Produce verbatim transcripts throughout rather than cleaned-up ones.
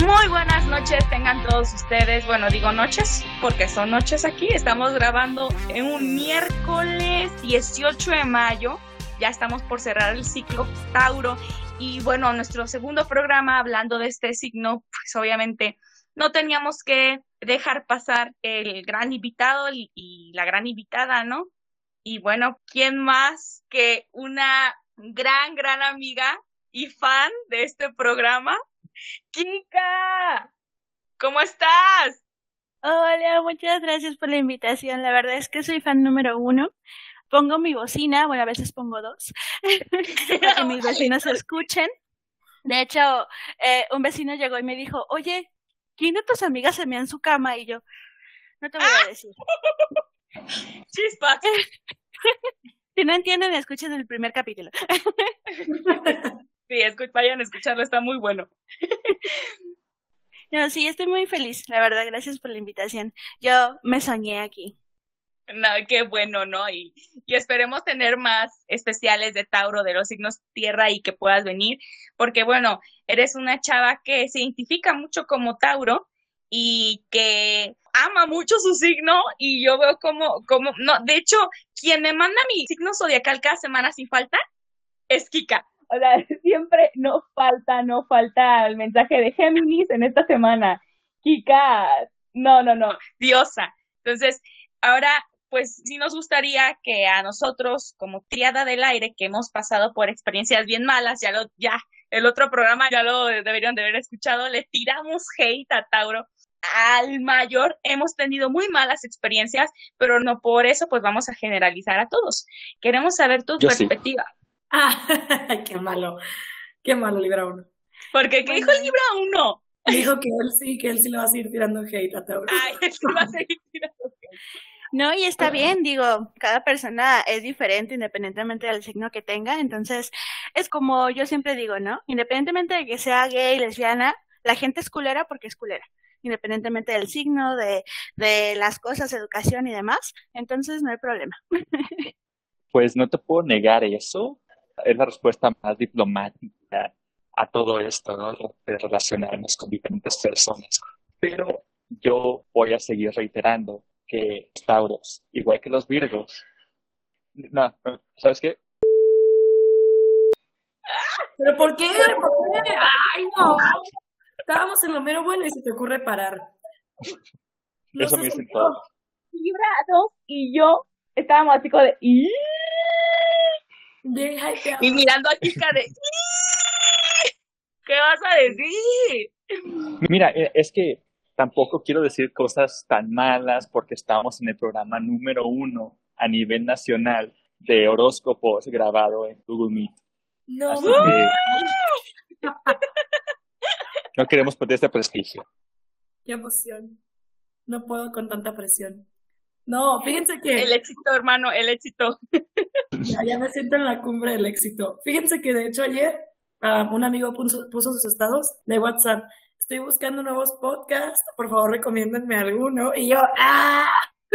Muy buenas noches tengan todos ustedes. Bueno, digo noches porque son noches aquí. Estamos grabando en un miércoles dieciocho de mayo. Ya estamos por cerrar el ciclo Tauro. Y bueno, nuestro segundo programa hablando de este signo, pues obviamente no teníamos que dejar pasar el gran invitado y, y la gran invitada, ¿no? Y bueno, ¿quién más que una gran, gran amiga y fan de este programa? Kika, ¿cómo estás? Hola, muchas gracias por la invitación. La verdad es que soy fan número uno. Pongo mi bocina, bueno, a veces pongo dos, para que mis vecinos se escuchen. De hecho, eh, un vecino llegó y me dijo, oye, ¿quién de tus amigas se mea en su cama? Y yo, no te voy a decir. Chispas. Si no entienden, escuchen el primer capítulo. Sí, escu- vayan a escucharlo, está muy bueno. No, sí, estoy muy feliz, la verdad, gracias por la invitación. Yo me soñé aquí. No, qué bueno, ¿no? Y, y esperemos tener más especiales de Tauro, de los signos tierra y que puedas venir, porque bueno, eres una chava que se identifica mucho como Tauro y que ama mucho su signo y yo veo como, como, no, de hecho, quien me manda mi signo zodiacal cada semana sin falta es Kika. O sea, siempre no falta, no falta el mensaje de Géminis en esta semana. Kika, no, no, no, diosa. Entonces, ahora, pues sí nos gustaría que a nosotros, como Tríada del Aire, que hemos pasado por experiencias bien malas, ya lo, ya, el otro programa ya lo deberían de haber escuchado, le tiramos hate a Tauro. Al mayor hemos tenido muy malas experiencias, pero no por eso pues vamos a generalizar a todos. Queremos saber tu Yo sí. perspectiva. Ah, qué malo, qué malo Libra uno. Porque, ¿qué Bueno. dijo el Libra uno? Dijo que él sí, que él sí le va a seguir tirando hate a Tauro. Ay, él sí va a seguir tirando hate. No, y está bien, digo, cada persona es diferente independientemente del signo que tenga, entonces es como yo siempre digo, ¿no? Independientemente de que sea gay, lesbiana, la gente es culera porque es culera, independientemente del signo, de, de las cosas, educación y demás, entonces no hay problema. Pues no te puedo negar eso. Es la respuesta más diplomática a todo esto, ¿no? De relacionarnos con diferentes personas. Pero yo voy a seguir reiterando que los Tauros, igual que los Virgos, no, no, ¿sabes qué? ¿Pero por qué? ¿Por qué? ¡Ay, no! Estábamos en lo mero bueno y se te ocurre parar. No Eso sé me si- dicen todos. Libra dos y yo estábamos así como de... "Ih", Bien hypeado. y mirando a Kika de... "Ih, ¿qué vas a decir? Mira, eh, es que tampoco quiero decir cosas tan malas porque estamos en el programa número uno a nivel nacional de horóscopos grabado en Google Meet. No, Así mames, que no queremos perder este prestigio. qué emoción. No puedo con tanta presión. No, fíjense que El éxito, hermano, el éxito. ya, ya me siento en la cumbre del éxito. Fíjense que de hecho ayer ah, un amigo puso, puso sus estados de WhatsApp. Estoy buscando nuevos podcasts, por favor recomiéndenme alguno. Y yo, ¡ah!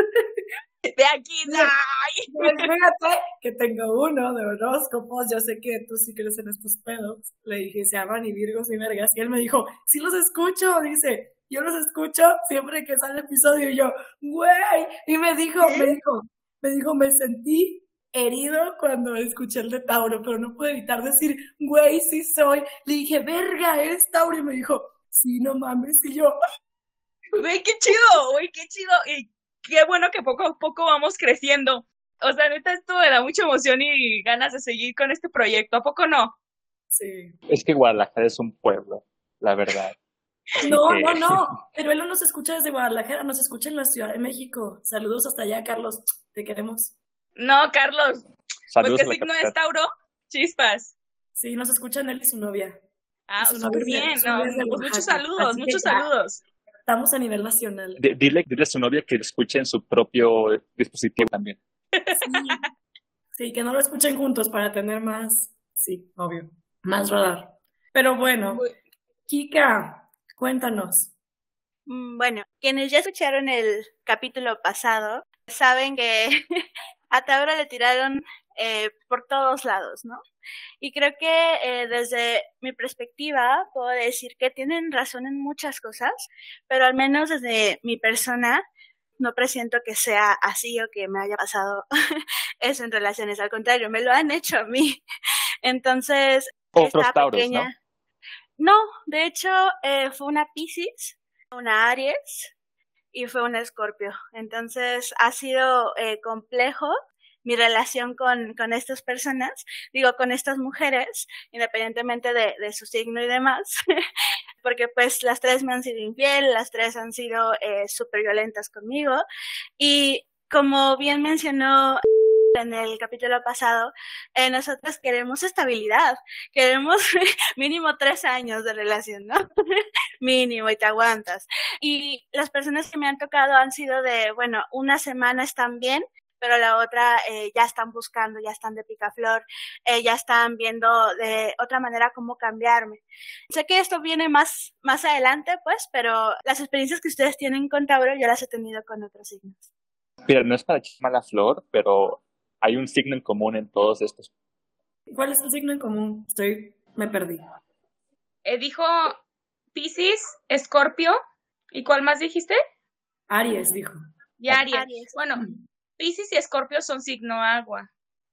De aquí, ay. Pues fíjate que tengo uno de horóscopos. Yo sé que tú sí crees en estos pedos. Le dije, se llaman ni Virgos ni Vergas. Y él me dijo, sí los escucho. Dice, yo los escucho siempre que sale episodio. Y yo, güey. Y me dijo, me dijo, me dijo, me sentí herido cuando escuché el de Tauro, pero no pude evitar decir, güey, sí soy. Le dije, verga, eres Tauro. Y me dijo, sí, no mames. Y yo, Güey, qué chido, güey, qué chido. Y qué bueno que poco a poco vamos creciendo. O sea, neta, esto me da mucha emoción y ganas de seguir con este proyecto. ¿A poco no? sí. Es que Guadalajara es un pueblo, la verdad. Así No, que- no, no, pero él no nos escucha desde Guadalajara, nos escucha en la Ciudad de México. Saludos hasta allá, Carlos, te queremos. No, Carlos. Saludos Pues a qué la signo capital. es Tauro. Chispas. Sí, nos escuchan él y su novia. Ah, Y su súper novia es de- bien. su No, novia es de pues muchos Oaxaca, saludos, así que muchos ya saludos. estamos a nivel nacional. D- Dile, dile a su novia que lo escuche en su propio dispositivo también. Sí, sí, que no lo escuchen juntos para tener más, sí, obvio, más radar. Pero bueno, Kika, cuéntanos. Mm, Bueno, quienes ya escucharon el capítulo pasado saben que a Tauro le tiraron eh, por todos lados, ¿no? Y creo que eh, desde mi perspectiva puedo decir que tienen razón en muchas cosas, pero al menos desde mi persona no presiento que sea así o que me haya pasado eso en relaciones. Al contrario, me lo han hecho a mí. Entonces, Otros esta tauros, pequeña... No, de hecho, eh, fue una Piscis, una Aries y fue un Escorpio. Entonces, ha sido eh, complejo mi relación con, con estas personas, digo, con estas mujeres, independientemente de, de su signo y demás, porque pues las tres me han sido infiel, las tres han sido eh, súper violentas conmigo, y como bien mencionó en el capítulo pasado, eh, nosotros queremos estabilidad, queremos mínimo tres años de relación, ¿no? Mínimo, y te aguantas. Y las personas que me han tocado han sido de, bueno, una semana están bien, pero la otra eh, ya están buscando, ya están de picaflor, eh, ya están viendo de otra manera cómo cambiarme. Sé que esto viene más, más adelante, pues, pero las experiencias que ustedes tienen con Tauro yo las he tenido con otros signos. Mira, no es para echar mala flor, pero hay un signo en común en todos estos. ¿Cuál es el signo en común? Estoy, me perdí. Eh, dijo Piscis, Escorpio, ¿y cuál más dijiste? Aries, dijo. Y Aries. Aries. Bueno, Piscis y Escorpio son signo agua,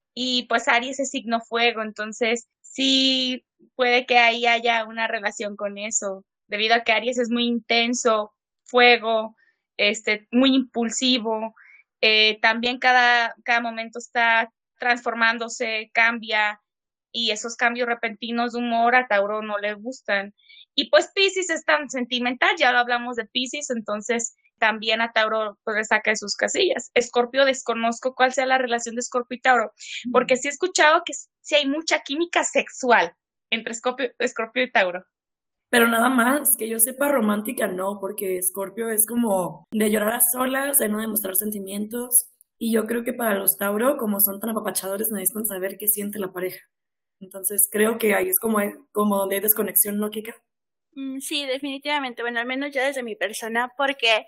y pues Aries es signo fuego, entonces sí puede que ahí haya una relación con eso, debido a que Aries es muy intenso, fuego, este, muy impulsivo, eh, también cada, cada momento está transformándose, cambia, y esos cambios repentinos de humor a Tauro no le gustan. Y pues Piscis es tan sentimental, ya lo hablamos de Piscis, entonces también a Tauro pues, le saca de sus casillas. Escorpio, desconozco cuál sea la relación de Escorpio y Tauro, porque sí he escuchado que sí hay mucha química sexual entre Escorpio, Escorpio y Tauro. Pero nada más, que yo sepa romántica, no, porque Escorpio es como de llorar a solas, de no demostrar sentimientos, y yo creo que para los Tauro, como son tan apapachadores, necesitan saber qué siente la pareja. Entonces creo que ahí es como, como de desconexión, ¿no, Kika? Mm, sí, definitivamente. Bueno, al menos yo desde mi persona, porque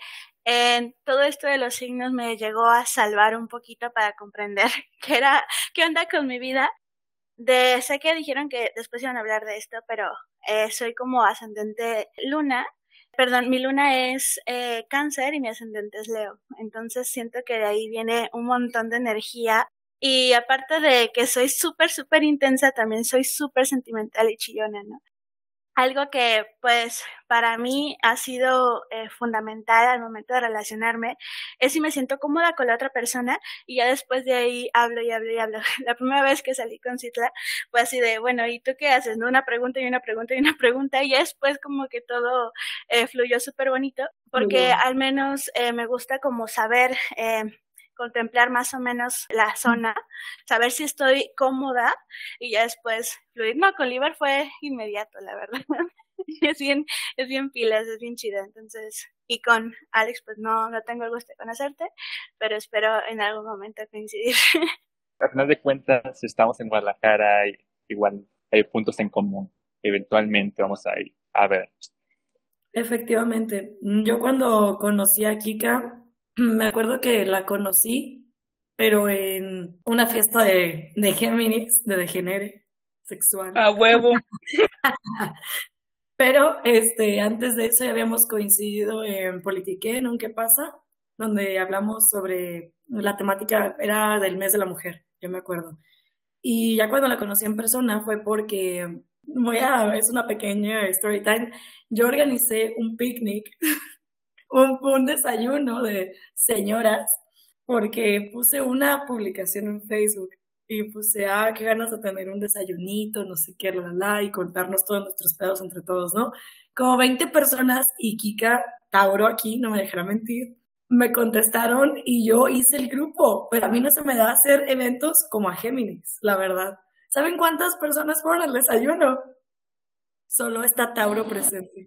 en todo esto de los signos me llegó a salvar un poquito para comprender qué era, qué onda con mi vida. De, sé que dijeron que después iban a hablar de esto, pero eh, soy como ascendente Luna. Perdón, mi Luna es eh, Cáncer y mi ascendente es Leo. Entonces siento que de ahí viene un montón de energía. Y aparte de que soy súper, súper intensa, también soy súper sentimental y chillona, ¿no? Algo que, pues, para mí ha sido eh, fundamental al momento de relacionarme es si me siento cómoda con la otra persona y ya después de ahí hablo y hablo y hablo. La primera vez que salí con Citla fue así de, bueno, ¿y tú qué haces? ¿No? Una pregunta y una pregunta y una pregunta y ya después como que todo eh, fluyó súper bonito porque Bien. al menos eh, me gusta como saber... Eh, contemplar más o menos la zona, saber si estoy cómoda y ya después fluir. No, con Liber fue inmediato, la verdad. Es bien, es bien pilas, es bien chida. Entonces, y con Alex, pues no, no tengo el gusto de conocerte, pero espero en algún momento coincidir. Al final de cuentas, estamos en Guadalajara y igual hay puntos en común. Eventualmente vamos a ir a ver. Efectivamente. Yo cuando conocí a Kika, me acuerdo que la conocí, pero en una fiesta de, de Géminis, de degenere sexual. A huevo. Pero este, antes de eso ya habíamos coincidido en Politiqué, en un ¿Qué pasa? Donde hablamos sobre la temática, era del mes de la mujer, yo me acuerdo. Y ya cuando la conocí en persona fue porque, voy a, es una pequeña story time, yo organicé un picnic, un, un desayuno de señoras, porque puse una publicación en Facebook y puse, ah, qué ganas de tener un desayunito, no sé qué, la, la, la, y contarnos todos nuestros pedos entre todos, ¿no? Como veinte personas y Kika, Tauro aquí, no me dejará mentir, me contestaron y yo hice el grupo, pero a mí no se me da hacer eventos como a Géminis, la verdad. ¿Saben cuántas personas fueron al desayuno? Solo está Tauro presente.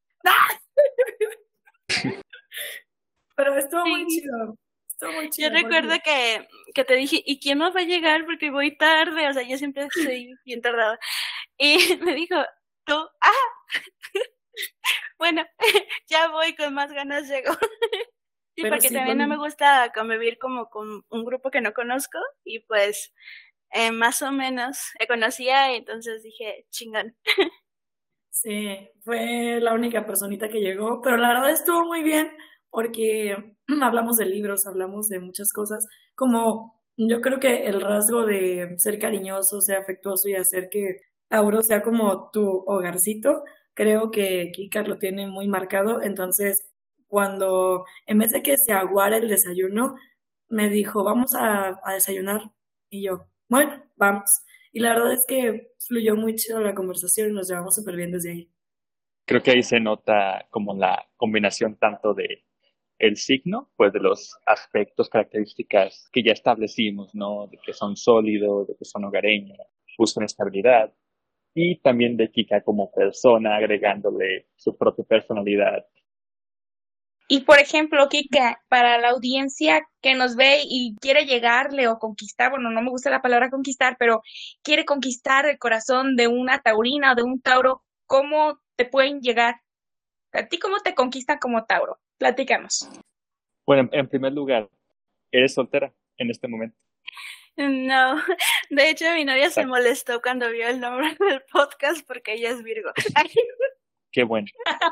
Pero estuvo Sí. muy chido. Estuvo muy chido. Yo recuerdo porque- que, que te dije, ¿y quién más va a llegar? Porque voy tarde, o sea, yo siempre soy bien tardada. Y me dijo, tú, ah, bueno, ya voy con más ganas llego. Sí, Pero porque sí, también con- no me gusta convivir como con un grupo que no conozco y pues eh, más o menos me conocía y entonces dije, chingón. Sí, fue la única personita que llegó, pero la verdad estuvo muy bien porque hablamos de libros, hablamos de muchas cosas, como yo creo que el rasgo de ser cariñoso, ser afectuoso y hacer que Tauro sea como tu hogarcito, creo que Kika lo tiene muy marcado, entonces cuando en vez de que se aguara el desayuno, me dijo, vamos a, a desayunar, y yo, bueno, vamos. Y la verdad es que fluyó muy chido la conversación y nos llevamos súper bien desde ahí. Creo que ahí se nota como la combinación tanto de el signo, pues de los aspectos, características que ya establecimos, ¿no? De que son sólidos, de que son hogareños, buscan estabilidad. Y también de Kika como persona, agregándole su propia personalidad. Y por ejemplo, Kika, para la audiencia que nos ve y quiere llegarle o conquistar, bueno, no me gusta la palabra conquistar, pero quiere conquistar el corazón de una taurina o de un tauro, ¿cómo te pueden llegar? ¿A ti cómo te conquistan como tauro? Platícanos. Bueno, en primer lugar, ¿eres soltera en este momento? No, de hecho mi novia se Exacto. molestó cuando vio el nombre del podcast porque ella es Virgo. Qué bueno.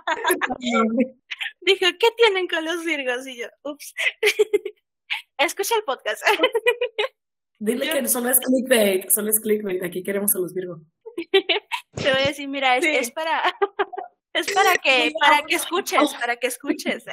Dijo, ¿qué tienen con los Virgos? Y yo, ups. Escucha el podcast. Dile Yo- que solo es clickbait, solo es clickbait, aquí queremos a los Virgo. Te voy a decir, mira, es, Sí. es para es para que para que escuches, para que escuches.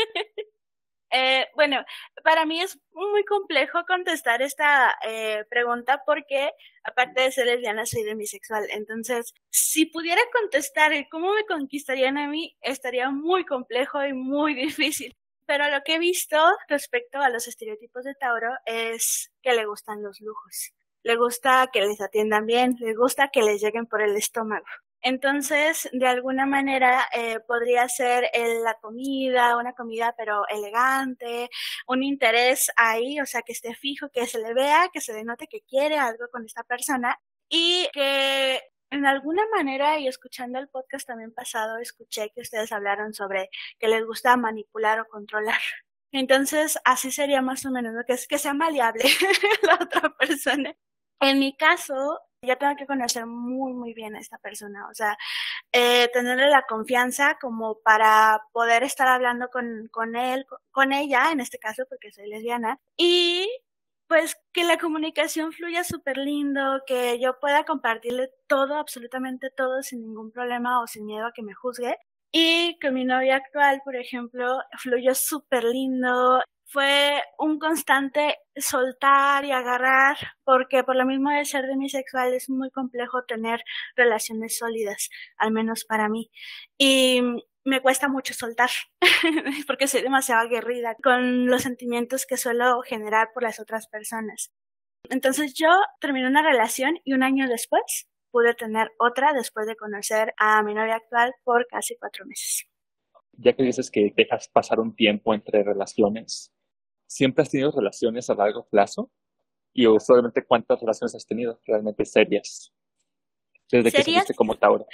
Eh, bueno, para mí es muy complejo contestar esta eh, pregunta porque, aparte de ser lesbiana, soy demisexual. Entonces, si pudiera contestar el cómo me conquistarían a mí, estaría muy complejo y muy difícil. Pero lo que he visto respecto a los estereotipos de Tauro es que le gustan los lujos. Le gusta que les atiendan bien, le gusta que les lleguen por el estómago. Entonces, de alguna manera, eh, podría ser el- la comida, una comida pero elegante, un interés ahí, o sea, que esté fijo, que se le vea, que se denote que quiere algo con esta persona y que en alguna manera, y escuchando el podcast también pasado, escuché que ustedes hablaron sobre que les gusta manipular o controlar. Entonces, así sería más o menos, ¿no? Que es que sea maleable la otra persona. En mi caso, yo tengo que conocer muy, muy bien a esta persona, o sea, eh, tenerle la confianza como para poder estar hablando con, con él, con, con ella, en este caso, porque soy lesbiana, y pues que la comunicación fluya súper lindo, que yo pueda compartirle todo, absolutamente todo, sin ningún problema o sin miedo a que me juzgue. Y con mi novia actual, por ejemplo, fluyó súper lindo. Fue un constante soltar y agarrar, porque por lo mismo de ser demisexual es muy complejo tener relaciones sólidas, al menos para mí. Y me cuesta mucho soltar, porque soy demasiado aguerrida con los sentimientos que suelo generar por las otras personas. Entonces yo terminé una relación y un año después pude tener otra después de conocer a mi novia actual por casi cuatro meses. Ya que dices que dejas pasar un tiempo entre relaciones, ¿siempre has tenido relaciones a largo plazo? Y usualmente, ¿cuántas relaciones has tenido realmente serias? Desde que ¿Serias? saliste como Tauro.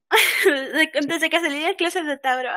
Desde que salí de clases de Tauro.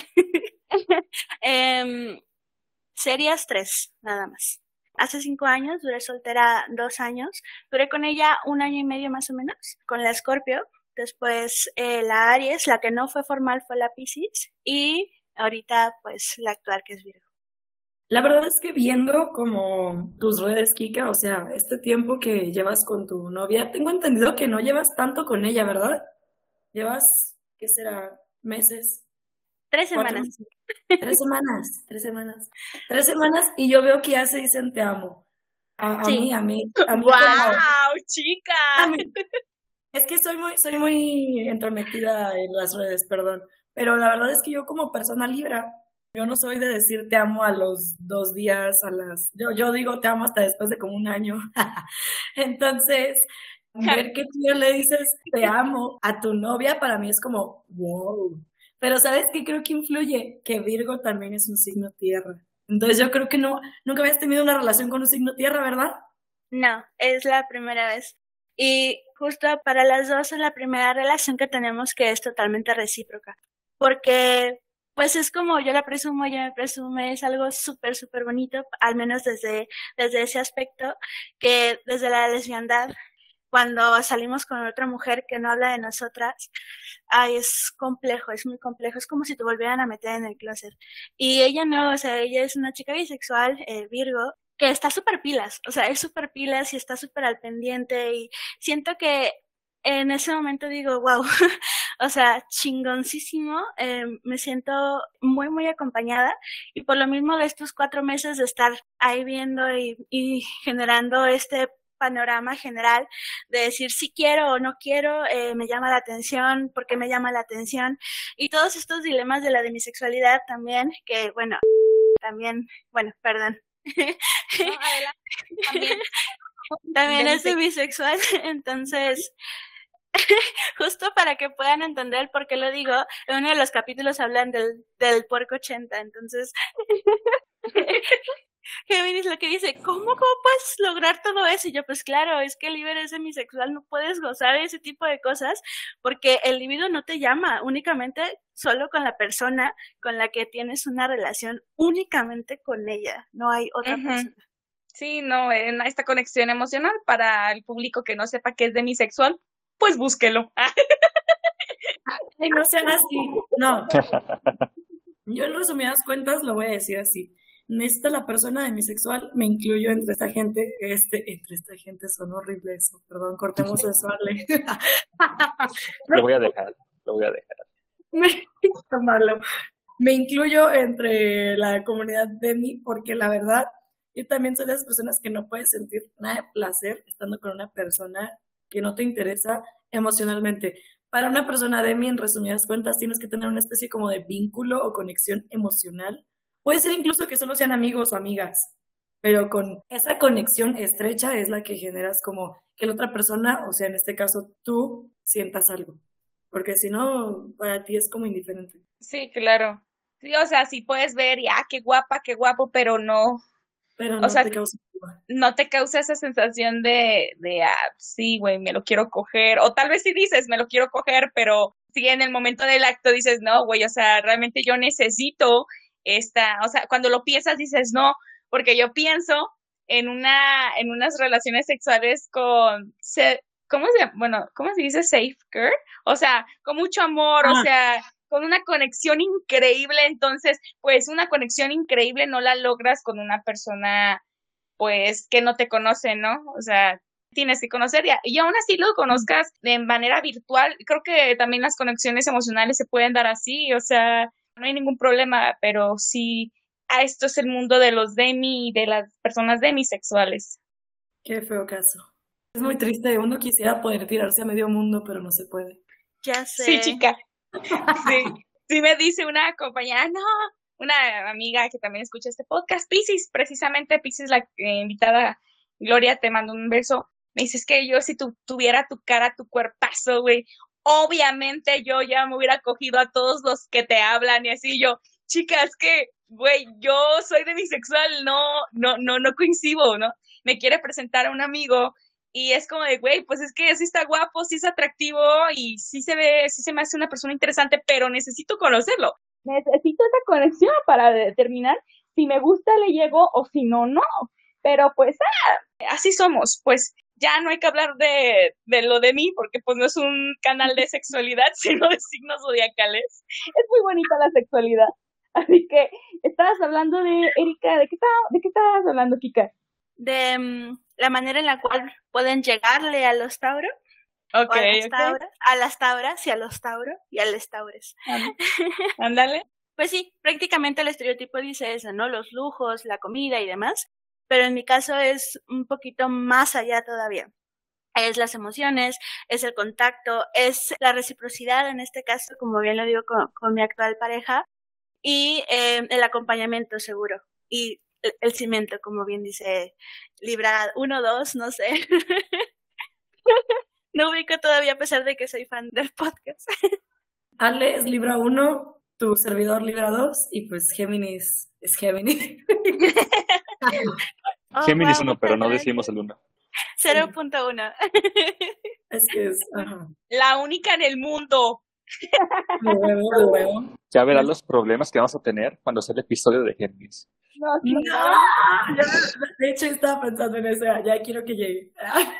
eh, serias tres, nada más. Hace cinco años, duré soltera dos años. Duré con ella un año y medio más o menos, con la Escorpio. Después eh, la Aries, la que no fue formal fue la Piscis. Y ahorita, pues, la actual que es Virgo. La verdad es que viendo como tus redes, Kika, o sea, este tiempo que llevas con tu novia, tengo entendido que no llevas tanto con ella, ¿verdad? Llevas, ¿qué será? Meses. Tres cuatro semanas. meses. Tres semanas, tres semanas. Tres semanas y yo veo que ya se dicen te amo. A, a Sí. mí, a mí, a mí ¡Wow, como- chica! a mí. Es que soy muy, soy muy entrometida en las redes, perdón. Pero la verdad es que yo como persona Libra, yo no soy de decir te amo a los dos días, a las... Yo, yo digo te amo hasta después de como un año. Entonces, ver que tú ya le dices te amo a tu novia, para mí es como, wow. Pero ¿sabes qué creo que influye? Que Virgo también es un signo tierra. Entonces yo creo que no, nunca habías tenido una relación con un signo tierra, ¿verdad? No, es la primera vez. Y justo para las dos es la primera relación que tenemos que es totalmente recíproca. Porque pues es como yo la presumo, ella me presume, es algo súper, súper bonito, al menos desde, desde ese aspecto, que desde la lesbiandad, cuando salimos con otra mujer que no habla de nosotras, ay, es complejo, es muy complejo, es como si te volvieran a meter en el closet. Y ella no, o sea, ella es una chica bisexual, eh, Virgo, que está súper pilas, o sea, es súper pilas y está súper al pendiente y siento que en ese momento digo, wow, o sea, chingoncísimo, eh, me siento muy, muy acompañada y por lo mismo de estos cuatro meses de estar ahí viendo y, y generando este panorama general de decir si quiero o no quiero, eh, me llama la atención, porque me llama la atención y todos estos dilemas de la demisexualidad también, que bueno, también, bueno, perdón. No, adelante, también. También es bisexual, entonces justo para que puedan entender por qué lo digo, en uno de los capítulos hablan del, del puerco ochenta, entonces Géminis lo que dice, ¿cómo, cómo puedes lograr todo eso? Y yo, pues claro, es que el libre es demisexual, no puedes gozar de ese tipo de cosas porque el libido no te llama, únicamente solo con la persona con la que tienes una relación, únicamente con ella, no hay otra uh-huh. persona. Sí, no, en esta conexión emocional para el público que no sepa que es demisexual, pues búsquelo. Ay, no sean así, no. Yo en resumidas cuentas lo voy a decir así. Necesita la persona demisexual, me incluyo entre esta gente, este, entre esta gente son horrible eso, perdón, cortemos eso, Ale. Lo voy a dejar, lo voy a dejar. Me, malo. Me incluyo entre la comunidad demi porque la verdad, yo también soy de las personas que no puedes sentir nada de placer estando con una persona que no te interesa emocionalmente. Para una persona demi, en resumidas cuentas, tienes que tener una especie como de vínculo o conexión emocional. Puede ser incluso que solo sean amigos o amigas, pero con esa conexión estrecha es la que generas como que la otra persona, o sea, en este caso tú, sientas algo. Porque si no, para ti es como indiferente. Sí, claro. Sí, o sea, sí puedes ver y, ah, qué guapa, qué guapo, pero no... Pero no o sea, te causa... No te causa esa sensación de, de ah, sí, güey, me lo quiero coger. O tal vez sí dices, me lo quiero coger, pero sí en el momento del acto dices, no, güey, o sea, realmente yo necesito... esta, o sea, cuando lo piensas dices no, porque yo pienso en una, en unas relaciones sexuales con, se, ¿cómo se, bueno, cómo se dice safe girl? O sea, con mucho amor, ah. o sea, con una conexión increíble, entonces, pues una conexión increíble no la logras con una persona, pues, que no te conoce, ¿no? O sea, tienes que conocer y, y aún así lo conozcas de manera virtual, creo que también las conexiones emocionales se pueden dar así, o sea, no hay ningún problema, pero sí, a esto es el mundo de los demi y de las personas demisexuales. Qué feo caso. Es muy triste, uno quisiera poder tirarse a medio mundo, pero no se puede. Ya sé. Sí, chica. Sí, sí me dice una compañera, no, una amiga que también escucha este podcast, Piscis, precisamente Piscis, la eh, invitada, Gloria, te mando un beso. Me dices que yo si tu, tuviera tu cara, tu cuerpazo, güey, obviamente yo ya me hubiera cogido a todos los que te hablan y así yo, chicas, que, güey, yo soy demisexual, no, no, no, no coincido, ¿no? Me quiere presentar a un amigo y es como de, güey, pues es que sí está guapo, sí es atractivo y sí se ve, sí se me hace una persona interesante, pero necesito conocerlo. Necesito esa conexión para determinar si me gusta, le llego o si no, no. Pero pues, ah, así somos, pues. Ya no hay que hablar de, de lo de mí, porque pues no es un canal de sexualidad, sino de signos zodiacales. Es muy bonita la sexualidad. Así que, estabas hablando de, Erika, ¿de qué, estaba, de qué estabas hablando, Kika? De um, la manera en la cual pueden llegarle a los Tauro. Ok, o a, las okay. tauras, a las Tauras y a los Tauro y a los Taures. Ándale. Pues sí, prácticamente el estereotipo dice eso, ¿no? Los lujos, la comida y demás. Pero en mi caso es un poquito más allá todavía. Es las emociones, es el contacto, es la reciprocidad en este caso, como bien lo digo con, con mi actual pareja, y eh, el acompañamiento seguro, y el, el cimiento, como bien dice Libra uno, dos, no sé. No ubico todavía a pesar de que soy fan del podcast. Ale es Libra uno, tu servidor Libra dos, y pues Géminis es Géminis. Oh, Géminis wow, uno, pero no gracias. decimos el uno. cero punto uno. Es que es, ajá. La única en el mundo. De huevo, de huevo. Ya verás los problemas que vamos a tener cuando sea el episodio de Géminis. No, No, sí, ya, de hecho estaba pensando en eso, ya quiero que llegue.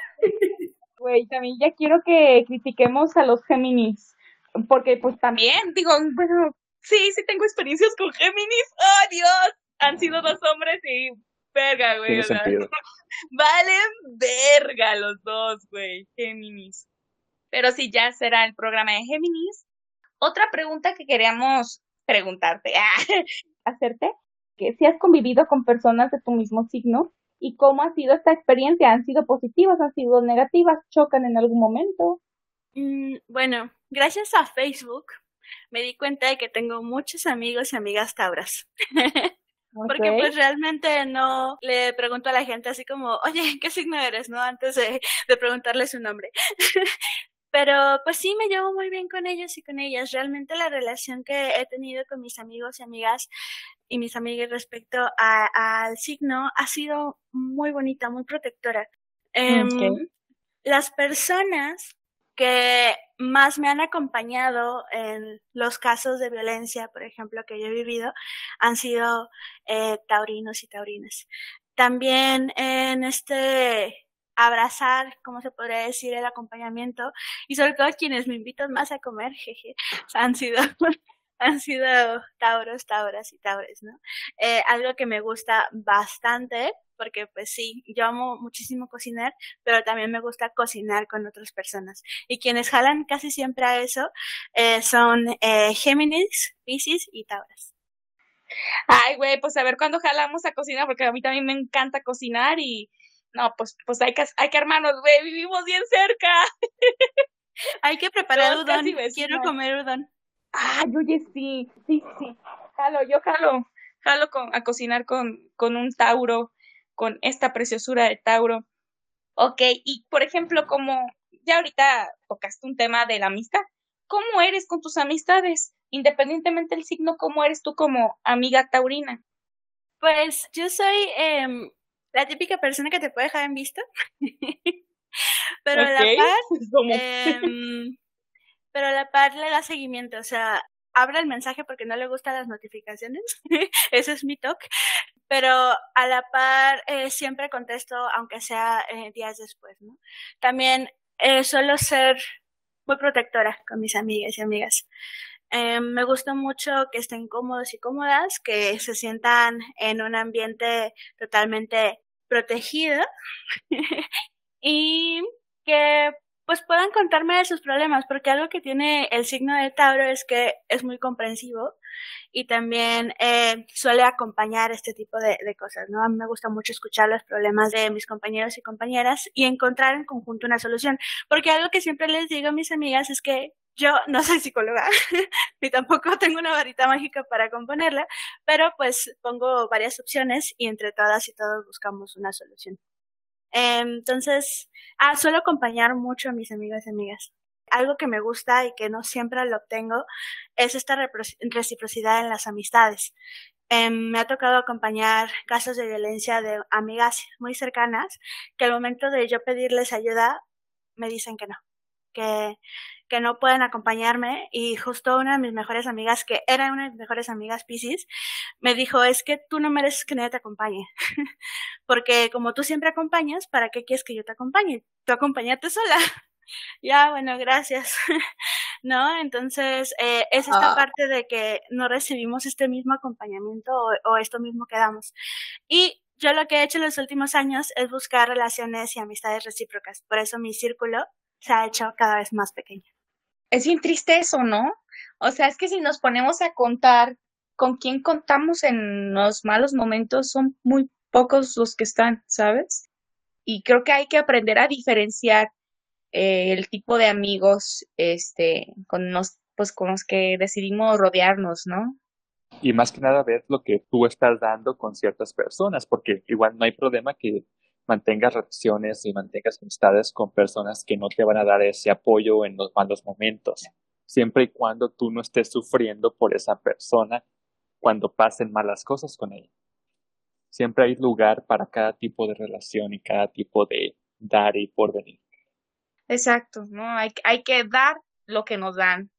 güey, también ya quiero que critiquemos a los Géminis, porque pues también, digo, bueno, sí, sí tengo experiencias con Géminis, ¡oh, Dios! Han sido dos hombres y verga, güey, Tiene o sea, sentido. valen verga los dos, güey, Géminis. Pero sí, ya será el programa de Géminis. Otra pregunta que queríamos preguntarte, hacerte, que si has convivido con personas de tu mismo signo y cómo ha sido esta experiencia, ¿han sido positivas, han sido negativas, chocan en algún momento? Mm, bueno, gracias a Facebook me di cuenta de que tengo muchos amigos y amigas tauras. Porque Ok. pues realmente no le pregunto a la gente así como, oye, ¿qué signo eres? ¿No? Antes de, de preguntarle su nombre. Pero pues sí, me llevo muy bien con ellos y con ellas. Realmente la relación que he tenido con mis amigos y amigas y mis amigas respecto a- al signo ha sido muy bonita, muy protectora. Em, Ok. las personas que más me han acompañado en los casos de violencia, por ejemplo, que yo he vivido, han sido eh, taurinos y taurinas. También en este abrazar, ¿cómo se podría decir? El acompañamiento, y sobre todo quienes me invitan más a comer, jeje, han sido, han sido tauros, tauras y taures, ¿no? Eh, algo que me gusta bastante, porque pues sí, yo amo muchísimo cocinar, pero también me gusta cocinar con otras personas. Y quienes jalan casi siempre a eso eh, son eh, Géminis, Piscis y Tauras. Ay, güey, pues a ver cuándo jalamos a cocinar, porque a mí también me encanta cocinar y no, pues, pues hay que, hay que armarnos, güey, vivimos bien cerca. Hay que preparar Todos udon, casi vecinos. quiero comer udon. Ay, oye, sí, sí, sí. Jalo, yo jalo, jalo con, a cocinar con, con un Tauro, con esta preciosura de Tauro. Ok, y por ejemplo, como ya ahorita tocaste un tema de la amistad, ¿cómo eres con tus amistades? Independientemente del signo, ¿cómo eres tú como amiga taurina? Pues yo soy eh, la típica persona que te puede dejar en visto, pero a la Ok, par, como... eh, pero a la par le da seguimiento, o sea, abre el mensaje porque no le gustan las notificaciones, ese es mi toque, pero a la par eh, siempre contesto, aunque sea eh, días después, ¿no? También eh, suelo ser muy protectora con mis amigas y amigas. Eh, me gusta mucho que estén cómodos y cómodas, que se sientan en un ambiente totalmente protegido y que pues puedan contarme de sus problemas, porque algo que tiene el signo de Tauro es que es muy comprensivo y también eh, suele acompañar este tipo de, de cosas, ¿no? A mí me gusta mucho escuchar los problemas de mis compañeros y compañeras y encontrar en conjunto una solución, porque algo que siempre les digo a mis amigas es que yo no soy psicóloga, ni tampoco tengo una varita mágica para componerla, pero pues pongo varias opciones y entre todas y todos buscamos una solución. Eh, entonces, ah, suelo acompañar mucho a mis amigas y amigas. Algo que me gusta y que no siempre lo obtengo es esta reciprocidad en las amistades. Eh, me ha tocado acompañar casos de violencia de amigas muy cercanas que al momento de yo pedirles ayuda me dicen que no, que, que no pueden acompañarme y justo una de mis mejores amigas, que era una de mis mejores amigas Piscis, me dijo, es que tú no mereces que nadie te acompañe, porque como tú siempre acompañas, ¿para qué quieres que yo te acompañe? Tú acompáñate sola. Ya, bueno, gracias. ¿No? Entonces, eh, es esta Ah. parte de que no recibimos este mismo acompañamiento o, o esto mismo que damos. Y yo lo que he hecho en los últimos años es buscar relaciones y amistades recíprocas. Por eso mi círculo se ha hecho cada vez más pequeño. Es bien triste eso, ¿no? O sea, es que si nos ponemos a contar con quién contamos en los malos momentos, son muy pocos los que están, ¿sabes? Y creo que hay que aprender a diferenciar eh, el tipo de amigos este, con los, pues, con los que decidimos rodearnos, ¿no? Y más que nada ver lo que tú estás dando con ciertas personas, porque igual no hay problema que mantengas relaciones y mantengas amistades con personas que no te van a dar ese apoyo en los malos momentos, siempre y cuando tú no estés sufriendo por esa persona cuando pasen malas cosas con ella. Siempre hay lugar para cada tipo de relación y cada tipo de dar y porvenir. Exacto, ¿no? Hay, hay que dar lo que nos dan.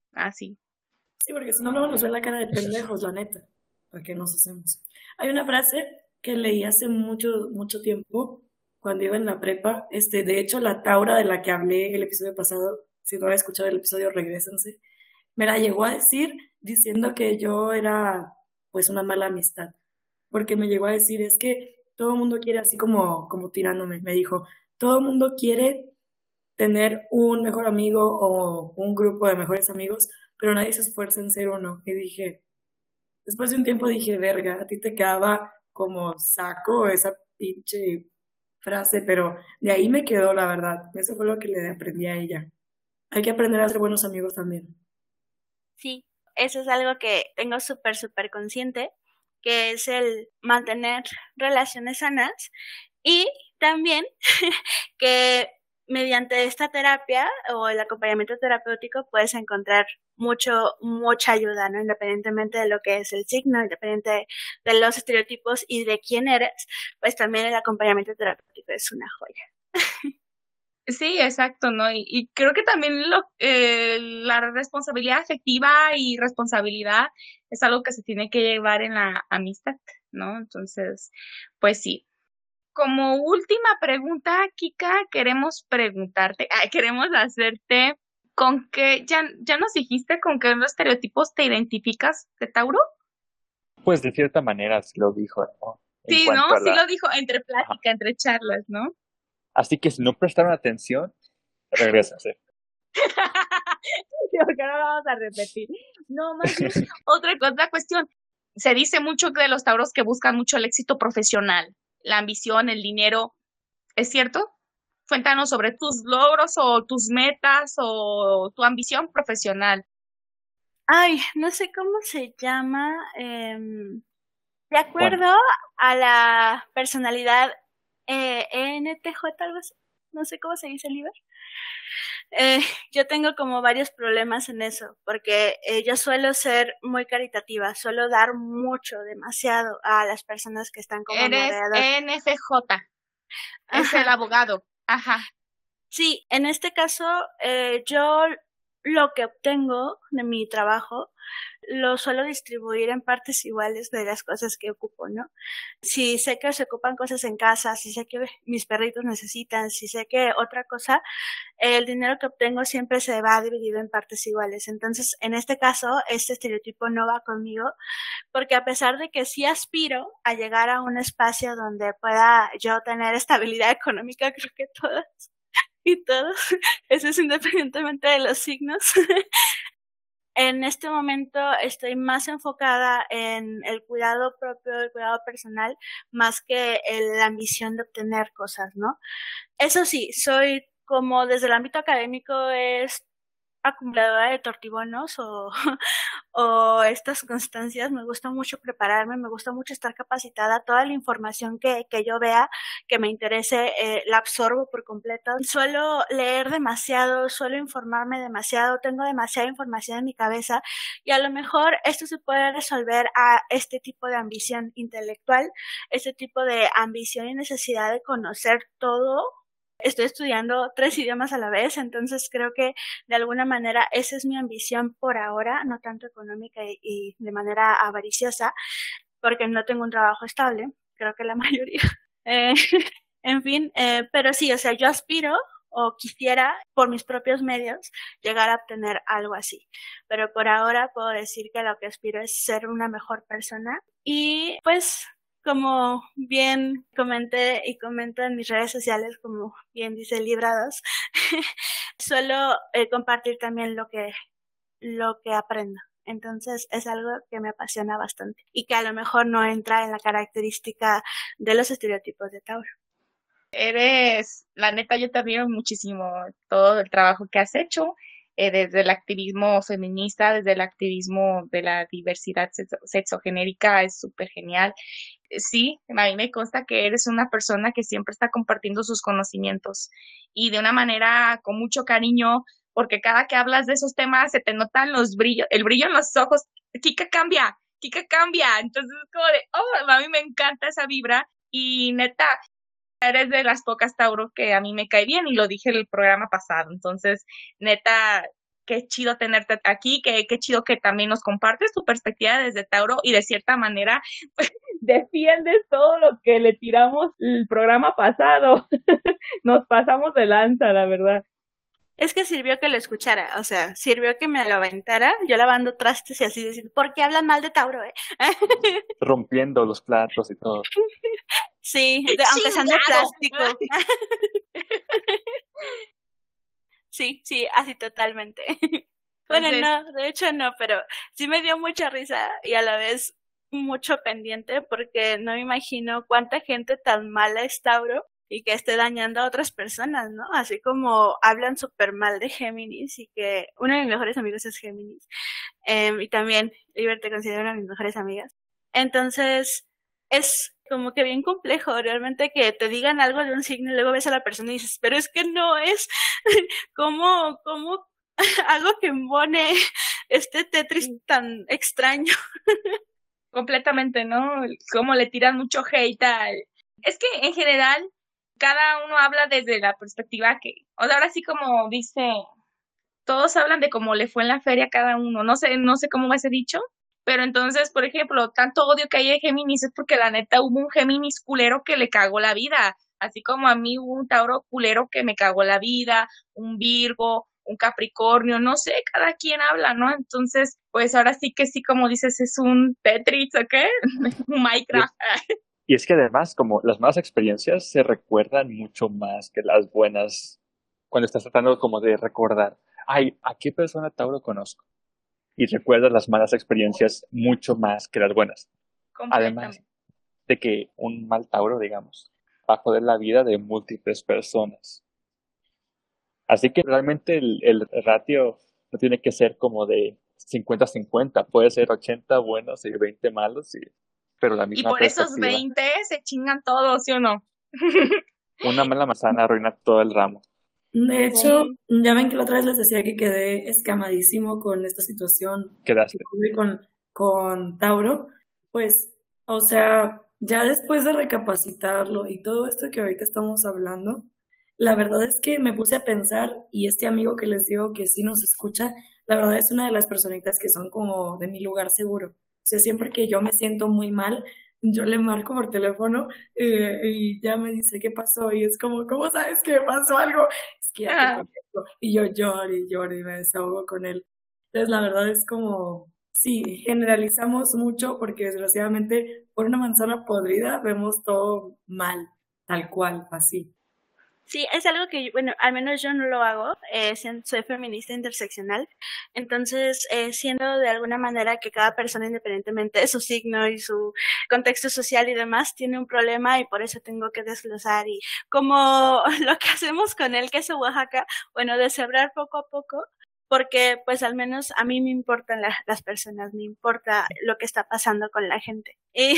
así. Sí, porque si no, luego nos ven la cara de pendejos, la neta. ¿Para qué nos hacemos? Hay una frase que leí hace mucho, mucho tiempo, cuando iba en la prepa. Este, de hecho, la Taura de la que hablé el episodio pasado, si no había escuchado el episodio, regrésense, me la llegó a decir diciendo que yo era, pues, una mala amistad. Porque me llegó a decir, es que todo el mundo quiere, así como, como tirándome, me dijo, todo el mundo quiere tener un mejor amigo o un grupo de mejores amigos, pero nadie se esfuerza en ser uno. Y dije, después de un tiempo dije, verga, a ti te quedaba como saco esa pinche frase, pero de ahí me quedó, la verdad. Eso fue lo que le aprendí a ella. Hay que aprender a ser buenos amigos también. Sí, eso es algo que tengo súper, súper consciente, que es el mantener relaciones sanas y también que mediante esta terapia o el acompañamiento terapéutico puedes encontrar mucho, mucha ayuda, ¿no? Independientemente de lo que es el signo, independiente de los estereotipos y de quién eres, pues también el acompañamiento terapéutico es una joya. Sí, exacto, ¿no? Y, y creo que también lo, eh, la responsabilidad afectiva y responsabilidad es algo que se tiene que llevar en la amistad, ¿no? Entonces, pues sí. Como última pregunta, Kika, queremos preguntarte, ah, queremos hacerte, ¿con qué, ya, ya nos dijiste con qué estereotipos te identificas de Tauro? Pues de cierta manera sí lo dijo, ¿no? En Sí, ¿no? cuanto a Sí la... lo dijo entre Ajá. plática, entre charlas, ¿no? Así que si no prestaron atención, regrésense. Porque no lo vamos a repetir. No, más bien, otra cosa, cuestión. Se dice mucho de los tauros que buscan mucho el éxito profesional, la ambición, el dinero. ¿Es cierto? Cuéntanos sobre tus logros o tus metas o tu ambición profesional. Ay, no sé cómo se llama. Eh, de acuerdo bueno. a la personalidad eh, E N T J, algo así. No sé cómo se dice, Liber. Eh, yo tengo como varios problemas en eso, porque eh, yo suelo ser muy caritativa, suelo dar mucho, demasiado a las personas que están como Eres a mi alrededor. E N F J, es el abogado. Ajá. Sí, en este caso, eh, yo lo que obtengo de mi trabajo lo suelo distribuir en partes iguales de las cosas que ocupo, ¿no? Si sé que se ocupan cosas en casa, si sé que mis perritos necesitan, si sé que otra cosa, el dinero que obtengo siempre se va dividido en partes iguales. Entonces, en este caso, este estereotipo no va conmigo, porque a pesar de que sí aspiro a llegar a un espacio donde pueda yo tener estabilidad económica, creo que todas y todos, eso es independientemente de los signos. En este momento estoy más enfocada en el cuidado propio, el cuidado personal, más que en la ambición de obtener cosas, ¿no? Eso sí, soy como desde el ámbito académico es acumuladora de tortibonos o, o estas constancias. Me gusta mucho prepararme, me gusta mucho estar capacitada. Toda la información que, que yo vea, que me interese, eh, la absorbo por completo. Suelo leer demasiado, suelo informarme demasiado, tengo demasiada información en mi cabeza y a lo mejor esto se puede resolver a este tipo de ambición intelectual, este tipo de ambición y necesidad de conocer todo. Estoy estudiando tres idiomas a la vez, entonces creo que de alguna manera esa es mi ambición por ahora, no tanto económica y, y de manera avariciosa, porque no tengo un trabajo estable, creo que la mayoría. Eh, en fin, eh, pero sí, o sea, yo aspiro o quisiera por mis propios medios llegar a obtener algo así, pero por ahora puedo decir que lo que aspiro es ser una mejor persona y pues... Como bien comenté y comento en mis redes sociales, como bien dice Librados, suelo eh, compartir también lo que, lo que aprendo. Entonces es algo que me apasiona bastante y que a lo mejor no entra en la característica de los estereotipos de Tauro. Eres, la neta, yo te admiro muchísimo todo el trabajo que has hecho. Eh, desde el activismo feminista, desde el activismo de la diversidad sexo, sexogenérica, es súper genial. Sí, a mí me consta que eres una persona que siempre está compartiendo sus conocimientos y de una manera con mucho cariño, porque cada que hablas de esos temas se te notan los brillos, el brillo en los ojos. Kika cambia, Kika cambia. Entonces es como de, oh, a mí me encanta esa vibra y neta, eres de las pocas Tauro que a mí me cae bien y lo dije en el programa pasado. Entonces, neta, qué chido tenerte aquí, qué, qué chido que también nos compartes tu perspectiva desde Tauro y de cierta manera pues, defiendes todo lo que le tiramos el programa pasado. Nos pasamos de lanza, la verdad. Es que sirvió que lo escuchara, o sea, sirvió que me lo aventara, yo lavando trastes y así diciendo, ¿por qué hablan mal de Tauro, eh? Rompiendo los platos y todo. Sí, de, aunque sean de plástico. Sí, sí, así totalmente. Bueno, Entonces... no, de hecho no, pero sí me dio mucha risa y a la vez mucho pendiente porque no me imagino cuánta gente tan mala es Tauro y que esté dañando a otras personas, ¿no? Así como hablan súper mal de Géminis y que uno de mis mejores amigos es Géminis. Eh, y también Liber te considero una de mis mejores amigas. Entonces, es como que bien complejo realmente que te digan algo de un signo y luego ves a la persona y dices, pero es que no es como, como algo que embone este Tetris tan extraño. Completamente, ¿no? Como le tiran mucho hate al... Es que en general cada uno habla desde la perspectiva que, o sea, ahora sí como dice, todos hablan de cómo le fue en la feria a cada uno, no sé, no sé cómo va ese dicho, pero entonces, por ejemplo, tanto odio que hay de Géminis es porque la neta hubo un Géminis culero que le cagó la vida, así como a mí hubo un Tauro culero que me cagó la vida, un Virgo, un Capricornio, no sé, cada quien habla, ¿no? Entonces, pues ahora sí que sí, como dices, es un Tetris, ¿o qué? Un Minecraft. Y es que además, como las malas experiencias se recuerdan mucho más que las buenas cuando estás tratando como de recordar, ay, ¿a qué persona Tauro conozco? Y recuerdas las malas experiencias mucho más que las buenas. Además de que un mal Tauro, digamos, va a joder la vida de múltiples personas. Así que realmente el, el ratio no tiene que ser como de cincuenta cincuenta, puede ser ochenta buenos y veinte malos y... Pero la misma y por esos veinte se chingan todos, ¿sí o no? Una mala manzana arruina todo el ramo. De hecho, ya ven que la otra vez les decía que quedé escamadísimo con esta situación. Quedaste. Con, con Tauro. Pues, o sea, ya después de recapacitarlo y todo esto que ahorita estamos hablando, la verdad es que me puse a pensar, y este amigo que les digo que sí nos escucha, la verdad es una de las personitas que son como de mi lugar seguro. O sea, siempre que yo me siento muy mal, yo le marco por teléfono eh, y ya me dice qué pasó y es como, ¿cómo sabes que me pasó algo? Es que ya te contesto. Y yo lloro y lloro y me desahogo con él. Entonces, la verdad es como, sí, generalizamos mucho porque desgraciadamente por una manzana podrida vemos todo mal, tal cual, así. Sí, es algo que, bueno, al menos yo no lo hago, eh, soy feminista interseccional, entonces eh, siendo de alguna manera que cada persona independientemente de su signo y su contexto social y demás tiene un problema y por eso tengo que desglosar y como lo que hacemos con el queso Oaxaca, bueno, deshebrar poco a poco, porque pues al menos a mí me importan la, las personas, me importa lo que está pasando con la gente y,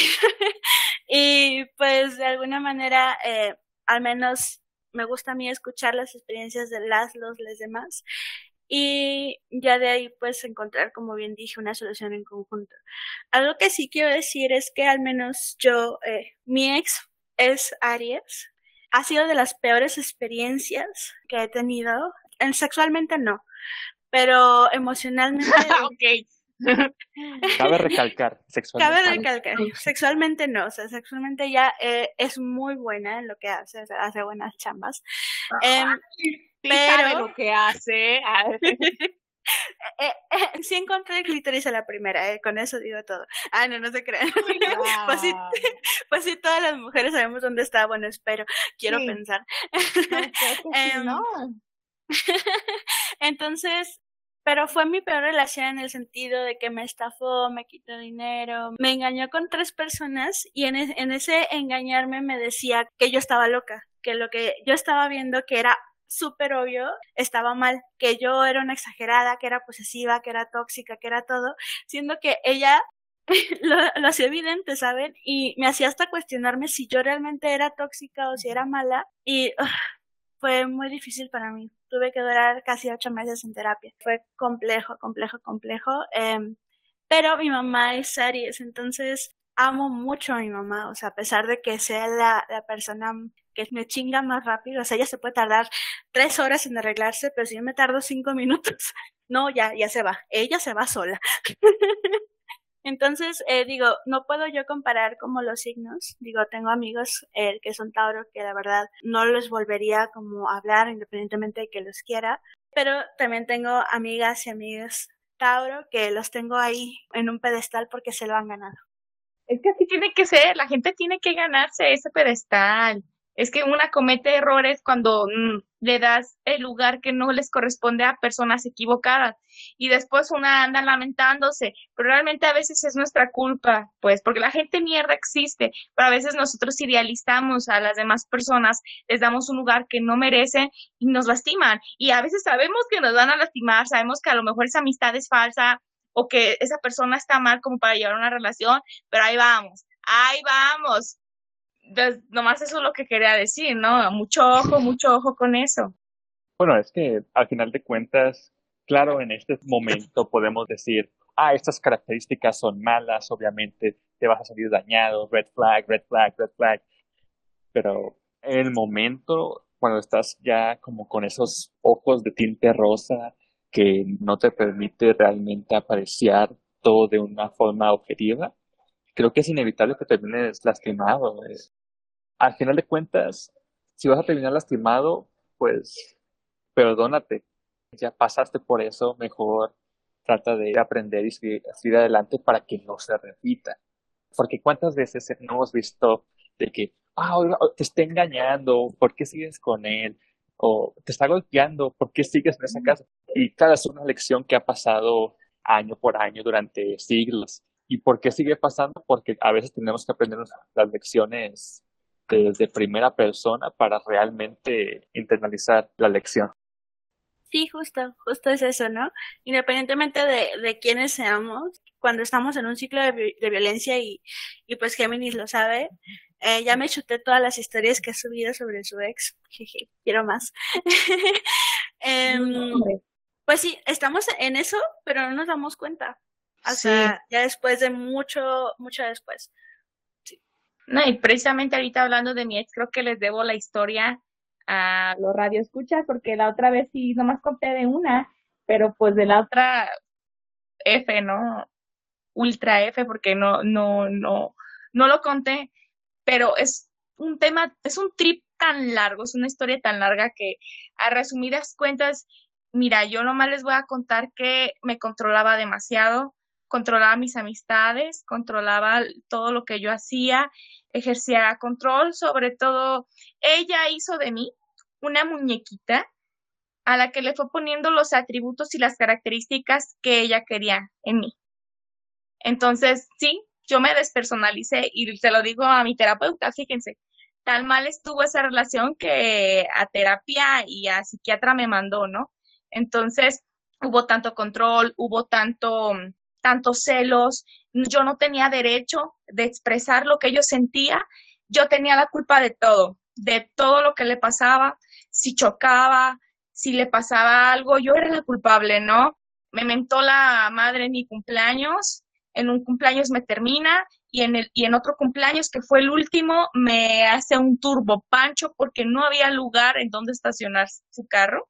y pues de alguna manera eh, al menos me gusta a mí escuchar las experiencias de las, los, les demás y ya de ahí pues encontrar, como bien dije, una solución en conjunto. Algo que sí quiero decir es que al menos yo, eh, mi ex es Aries, ha sido de las peores experiencias que he tenido, en, sexualmente no, pero emocionalmente... Ok. Cabe recalcar, sexualmente. Cabe recalcar, sexualmente no, o sea, sexualmente ya eh, es muy buena en lo que hace, o sea, hace buenas chambas. Eh, pero sabe lo que hace. eh, eh, sí encontré el clítoris a la primera, eh, con eso digo todo. Ah, no, no se crean. Wow. pues, sí, pues sí, todas las mujeres sabemos dónde está, bueno, espero, quiero sí. pensar. um, no. Entonces, pero fue mi peor relación en el sentido de que me estafó, me quitó dinero, me engañó con tres personas y en, es, en ese engañarme me decía que yo estaba loca, que lo que yo estaba viendo que era súper obvio estaba mal, que yo era una exagerada, que era posesiva, que era tóxica, que era todo, siendo que ella lo, lo hacía evidente, ¿saben? Y me hacía hasta cuestionarme si yo realmente era tóxica o si era mala y... Uh, fue muy difícil para mí. Tuve que durar casi ocho meses en terapia. Fue complejo, complejo, complejo. Eh, pero mi mamá es Aries, entonces amo mucho a mi mamá. O sea, a pesar de que sea la, la persona que me chinga más rápido, o sea, ella se puede tardar tres horas en arreglarse, pero si yo me tardo cinco minutos, no, ya, ya se va, ella se va sola. Entonces, eh, digo, no puedo yo comparar como los signos. Digo, tengo amigos eh, que son Tauro que la verdad no les volvería como a hablar independientemente de que los quiera. Pero también tengo amigas y amigos Tauro que los tengo ahí en un pedestal porque se lo han ganado. Es que así tiene que ser, la gente tiene que ganarse ese pedestal. Es que una comete errores cuando mm, le das el lugar que no les corresponde a personas equivocadas y después una anda lamentándose, pero realmente a veces es nuestra culpa, pues, porque la gente mierda existe, pero a veces nosotros idealizamos a las demás personas, les damos un lugar que no merecen y nos lastiman. Y a veces sabemos que nos van a lastimar, sabemos que a lo mejor esa amistad es falsa o que esa persona está mal como para llevar una relación, pero ahí vamos, ahí vamos. Entonces, nomás eso es lo que quería decir, ¿no? Mucho ojo, mucho ojo con eso. Bueno, es que al final de cuentas, claro, en este momento podemos decir, ah, estas características son malas, obviamente te vas a salir dañado, red flag, red flag, red flag. Pero en el momento, cuando estás ya como con esos ojos de tinte rosa que no te permite realmente apreciar todo de una forma objetiva, creo que es inevitable que termines lastimado. Es- Al final de cuentas, si vas a terminar lastimado, pues perdónate. Ya pasaste por eso, mejor trata de aprender y seguir, seguir adelante para que no se repita. Porque cuántas veces no hemos visto de que, ah, oiga, te está engañando, ¿por qué sigues con él? O te está golpeando, ¿por qué sigues en esa casa? Y claro, es una lección que ha pasado año por año durante siglos. ¿Y por qué sigue pasando? Porque a veces tenemos que aprender las lecciones desde primera persona para realmente internalizar la lección. Sí, justo, justo es eso, ¿no? Independientemente de, de quiénes seamos, cuando estamos en un ciclo de, vi- de violencia y, y pues Géminis lo sabe, eh, ya me chuté todas las historias que ha subido sobre su ex. Jeje, quiero más. Em, Hombre, pues sí, estamos en eso, pero no nos damos cuenta. sí, Hasta ya después de mucho, mucho después. no, y precisamente ahorita hablando de mi ex, creo que les debo la historia a los radioescuchas, porque la otra vez sí, nomás conté de una, pero pues de la otra F, ¿no? Ultra F, porque no, no, no, no lo conté, pero es un tema, es un trip tan largo, es una historia tan larga que a resumidas cuentas, mira, yo nomás les voy a contar que me controlaba demasiado, controlaba mis amistades, controlaba todo lo que yo hacía, ejercía control, sobre todo, ella hizo de mí una muñequita a la que le fue poniendo los atributos y las características que ella quería en mí. Entonces, sí, yo me despersonalicé y se lo digo a mi terapeuta, fíjense, tan mal estuvo esa relación que a terapia y a psiquiatra me mandó, ¿no? Entonces, hubo tanto control, hubo tanto, tantos celos, yo no tenía derecho de expresar lo que yo sentía, yo tenía la culpa de todo, de todo lo que le pasaba, si chocaba, si le pasaba algo, yo era la culpable, ¿no? Me mentó la madre en mi cumpleaños, en un cumpleaños me termina y en, el, y en otro cumpleaños, que fue el último, me hace un turbo pancho porque no había lugar en donde estacionar su carro.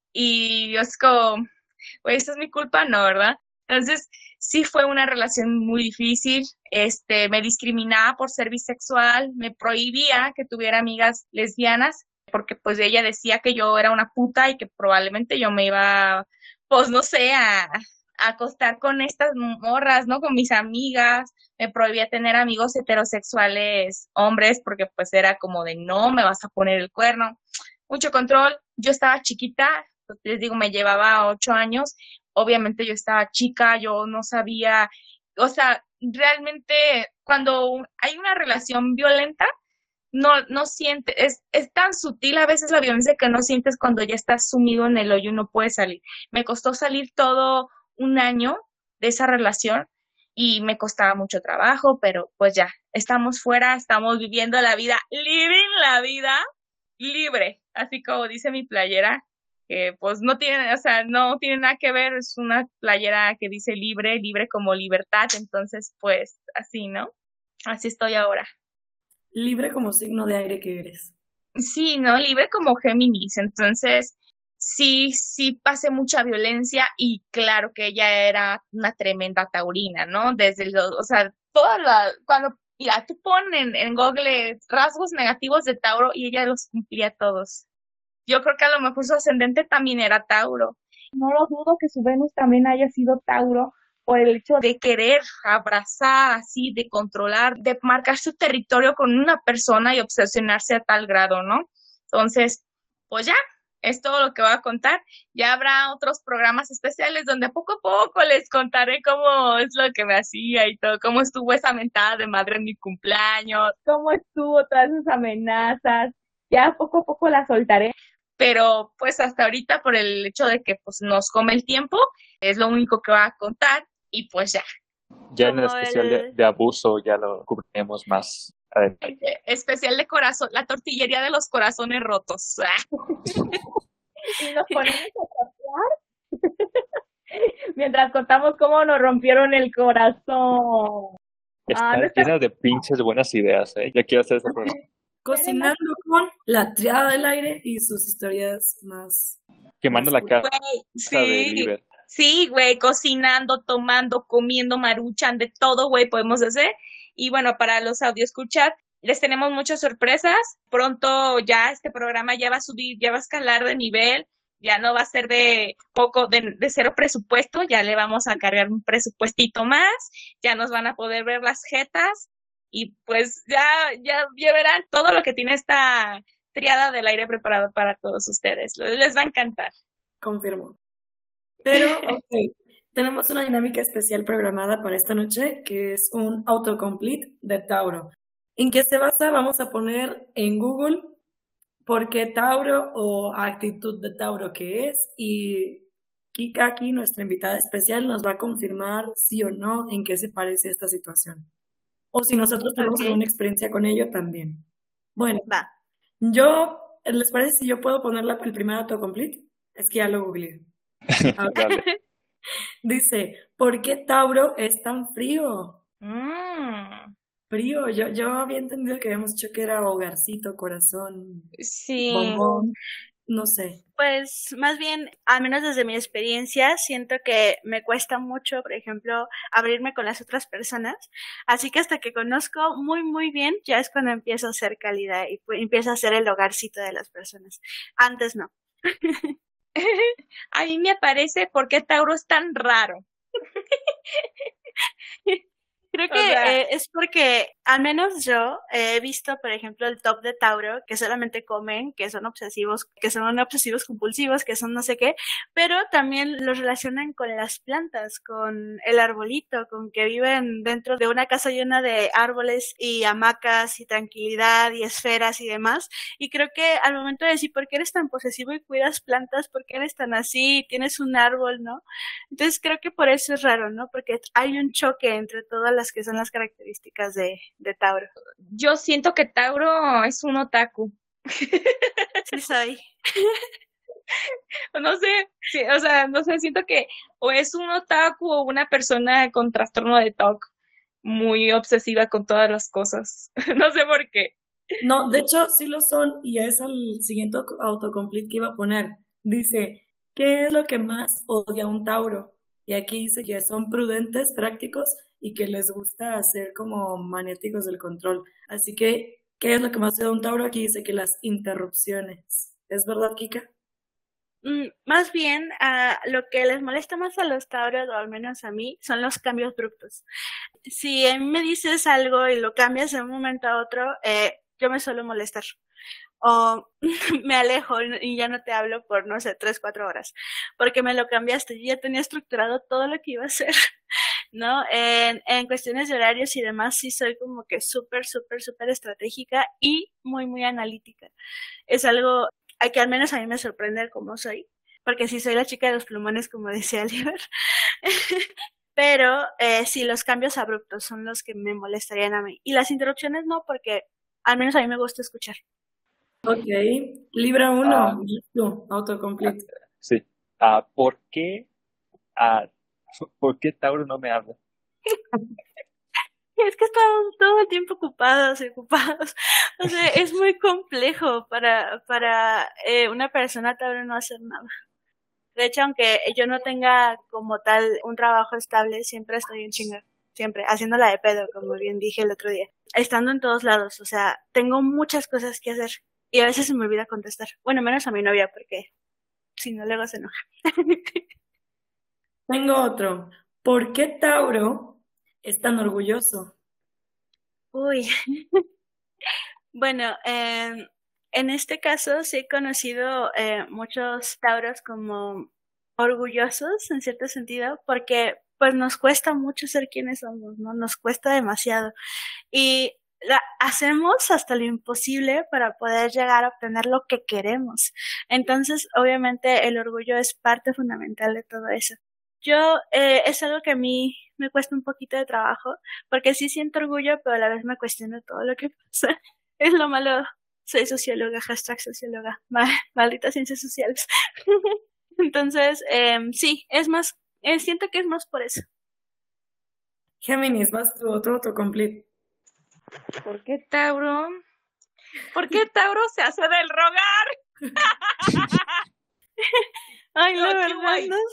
Y yo es como, güey, ¿esta es mi culpa? No, ¿verdad? Entonces, sí fue una relación muy difícil. Este, me discriminaba por ser bisexual, me prohibía que tuviera amigas lesbianas, porque pues ella decía que yo era una puta y que probablemente yo me iba, pues no sé, a, a acostar con estas morras, ¿no? Con mis amigas. Me prohibía tener amigos heterosexuales hombres, porque pues era como de no, me vas a poner el cuerno. Mucho control. Yo estaba chiquita, les digo, me llevaba ocho años, obviamente yo estaba chica, yo no sabía, o sea, realmente cuando hay una relación violenta, no, no sientes, es, es tan sutil a veces la violencia que no sientes cuando ya estás sumido en el hoyo y no puedes salir. Me costó salir todo un año de esa relación y me costaba mucho trabajo, pero pues ya, estamos fuera, estamos viviendo la vida, living la vida libre, así como dice mi playera, que pues no tiene, o sea, no tiene nada que ver, es una playera que dice libre, libre como libertad, entonces pues así, ¿no? Así estoy ahora. Libre como signo de aire que eres. Sí, ¿no? Libre como Géminis, entonces sí, sí pasé mucha violencia y claro que ella era una tremenda taurina, ¿no? Desde los, o sea, toda la, cuando, mira, tú pones en, en Google rasgos negativos de Tauro y ella los cumplía todos. Yo creo que a lo mejor su ascendente también era Tauro. No lo dudo que su Venus también haya sido Tauro por el hecho de querer abrazar, así, de controlar, de marcar su territorio con una persona y obsesionarse a tal grado, ¿no? Entonces, pues ya, es todo lo que voy a contar. Ya habrá otros programas especiales donde poco a poco les contaré cómo es lo que me hacía y todo, cómo estuvo esa mentada de madre en mi cumpleaños, cómo estuvo todas esas amenazas. Ya poco a poco las soltaré, pero pues hasta ahorita por el hecho de que pues nos come el tiempo, es lo único que voy a contar y pues ya. Ya en el Como especial de, el... de abuso ya lo cubriremos más adelante. Eh, Especial de corazón, la tortillería de los corazones rotos. Y nos ponemos a trapear mientras contamos cómo nos rompieron el corazón. Está Ah, no está- llena de pinches buenas ideas, ¿eh? Ya quiero hacer ese programa. Cocinando con la triada del aire y sus historias más... Quemando la casa Güey, de sí, Liber. sí, güey, cocinando, tomando, comiendo maruchan, de todo, güey, podemos hacer. Y bueno, para los audio escuchar, les tenemos muchas sorpresas. Pronto ya este programa ya va a subir, ya va a escalar de nivel. Ya no va a ser de poco, de, de cero presupuesto, ya le vamos a cargar un presupuestito más, ya nos van a poder ver las jetas y pues ya, ya, ya verán todo lo que tiene esta triada del aire preparado para todos ustedes. Les va a encantar. Confirmo. Pero, ok, tenemos una dinámica especial programada para esta noche que es un autocomplete de Tauro. ¿En qué se basa? Vamos a poner en Google por qué Tauro o actitud de Tauro que es y Kika aquí, nuestra invitada especial, nos va a confirmar sí o no en qué se parece esta situación. O si nosotros tenemos Ok. alguna experiencia con ello también. Bueno, Va. yo, ¿les parece si yo puedo ponerla el primer autocomplete? Es que ya lo googleé. A ver, Dale. dice, ¿por qué Tauro es tan frío? Mm, Frío, yo, yo había entendido que habíamos dicho que era hogarcito, corazón, sí. bombón, no sé. Pues más bien, al menos desde mi experiencia, siento que me cuesta mucho, por ejemplo, abrirme con las otras personas. Así que hasta que conozco muy, muy bien, ya es cuando empiezo a ser cálida y pues, empiezo a ser el hogarcito de las personas. Antes no. A mí me parece por qué Tauro es tan raro. Creo O que sea, eh, es porque, al menos yo, eh, he visto, por ejemplo, el top de Tauro, que solamente comen, que son obsesivos, que son obsesivos compulsivos, que son no sé qué, pero también los relacionan con las plantas, con el arbolito, con que viven dentro de una casa llena de árboles y hamacas y tranquilidad y esferas y demás. Y creo que al momento de decir, ¿por qué eres tan posesivo y cuidas plantas? ¿Por qué eres tan así? Tienes un árbol, ¿no? Entonces creo que por eso es raro, ¿no? Porque hay un choque entre todas las que son las características de, de Tauro. yo siento que Tauro es un otaku. Sí soy. No sé, sí, o sea, no sé, siento que o es un otaku o una persona con trastorno de T O C, muy obsesiva con todas las cosas. No sé por qué. No, de hecho sí lo son y es el siguiente auto- autocomplete que iba a poner. Dice, ¿qué es lo que más odia un Tauro? Y aquí dice que son prudentes, prácticos y que les gusta ser como maniáticos del control. Así que, ¿qué es lo que más odia un Tauro? Aquí dice que las interrupciones. ¿Es verdad, Kika? Mm, más bien, a lo que les molesta más a los Tauros, o al menos a mí, son los cambios abruptos. Si a mí me dices algo y lo cambias de un momento a otro, eh, yo me suelo molestar. O me alejo y y ya no te hablo por, no sé, tres, cuatro horas, porque me lo cambiaste. Yo ya tenía estructurado todo lo que iba a hacer, ¿no? En, en cuestiones de horarios y demás, sí soy como que súper, súper, súper estratégica y muy, muy analítica. Es algo a que al menos a mí me sorprende cómo soy, porque sí soy la chica de los plumones, como decía Oliver. Pero eh, sí, los cambios abruptos son los que me molestarían a mí. Y las interrupciones no, porque al menos a mí me gusta escuchar. Ok. Libra Ah, uno, tú, autocomplete. sí. Ah, ¿por qué, ah, ¿por qué Tauro no me habla? Es que estamos todo el tiempo ocupados y ocupados. O sea, es muy complejo para, para eh, una persona Tauro no hacer nada. De hecho, aunque yo no tenga como tal un trabajo estable, siempre estoy en chinga. Siempre, haciéndola de pedo, como bien dije el otro día. Estando en todos lados, o sea, tengo muchas cosas que hacer. Y a veces se me olvida contestar. Bueno, menos a mi novia, porque si no, luego se enoja. Tengo otro. ¿Por qué Tauro es tan orgulloso? Uy. Bueno, eh, en este caso sí he conocido eh, muchos tauros como orgullosos en cierto sentido, porque pues nos cuesta mucho ser quienes somos, ¿no? Nos cuesta demasiado. Y la, hacemos hasta lo imposible para poder llegar a obtener lo que queremos. Entonces, obviamente, el orgullo es parte fundamental de todo eso. Yo, eh, es algo que a mí me cuesta un poquito de trabajo, porque sí siento orgullo, pero a la vez me cuestiono todo lo que pasa. Es lo malo. Soy socióloga, hashtag socióloga. Mal, malditas ciencias sociales. Entonces, eh, sí, es más, eh, siento que es más por eso. Géminis, vas tu otro autocomplete. ¿Por qué Tauro? ¿Por qué Tauro se hace del rogar? Ay, la No, verdad, guay. no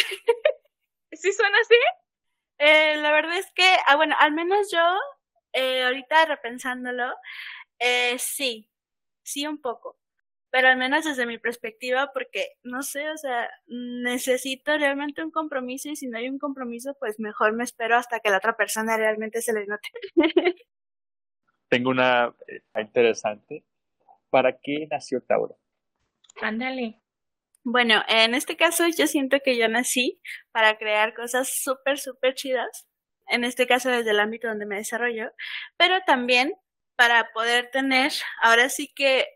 sé. ¿Sí suena así? Eh, la verdad es que, ah, bueno, al menos yo, eh, ahorita repensándolo, eh, sí, sí un poco. Pero al menos desde mi perspectiva, porque, no sé, o sea, necesito realmente un compromiso y si no hay un compromiso, pues mejor me espero hasta que la otra persona realmente se le note. Tengo una eh, interesante. ¿Para qué nació Tauro? Ándale. Bueno, en este caso yo siento que yo nací para crear cosas súper, súper chidas. En este caso desde el ámbito donde me desarrollo. Pero también para poder tener, ahora sí que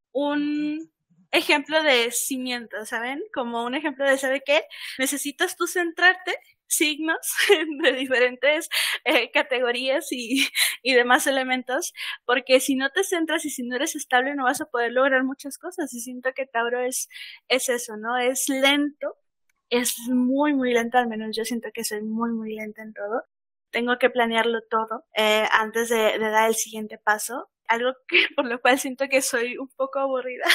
un ejemplo de cimiento, ¿saben? Como un ejemplo de, ¿sabe qué? Necesitas tú centrarte, signos de diferentes eh, categorías y, y demás elementos, porque si no te centras y si no eres estable no vas a poder lograr muchas cosas. Y siento que Tauro es, es eso, ¿no? Es lento, es muy, muy lento, al menos yo siento que soy muy, muy lenta en todo. Tengo que planearlo todo eh, antes de, de dar el siguiente paso. Algo que, por lo cual siento que soy un poco aburrida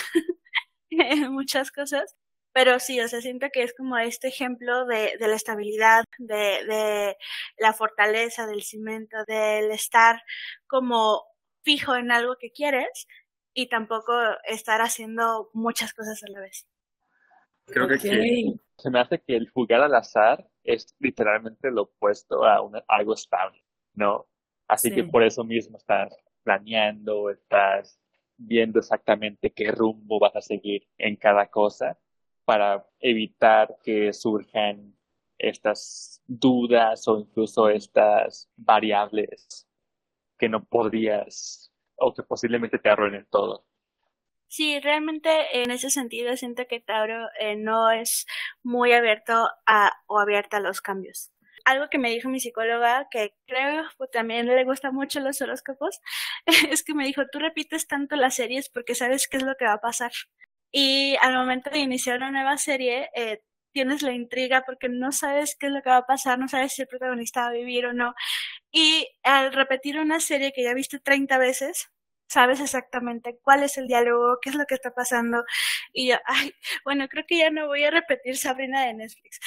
en muchas cosas. Pero sí, o sea, siento que es como este ejemplo de, de la estabilidad, de, de la fortaleza, del cimiento, del estar como fijo en algo que quieres y tampoco estar haciendo muchas cosas a la vez. Creo Ok. que se me hace que el jugar al azar es literalmente lo opuesto a una- algo estable, ¿no? Así que Sí. por eso mismo estás planeando, estás viendo exactamente qué rumbo vas a seguir en cada cosa para evitar que surjan estas dudas o incluso estas variables que no podrías o que posiblemente te arruinen todo. Sí, realmente en ese sentido siento que Tauro eh, no es muy abierto a o abierta a los cambios. Algo que me dijo mi psicóloga, que creo que también le gusta mucho los horóscopos, es que me dijo, tú repites tanto las series porque sabes qué es lo que va a pasar. Y al momento de iniciar una nueva serie, eh, tienes la intriga porque no sabes qué es lo que va a pasar, no sabes si el protagonista va a vivir o no. Y al repetir una serie que ya viste treinta veces, sabes exactamente cuál es el diálogo, qué es lo que está pasando. Y yo, ay, bueno, creo que ya no voy a repetir Sabrina de Netflix.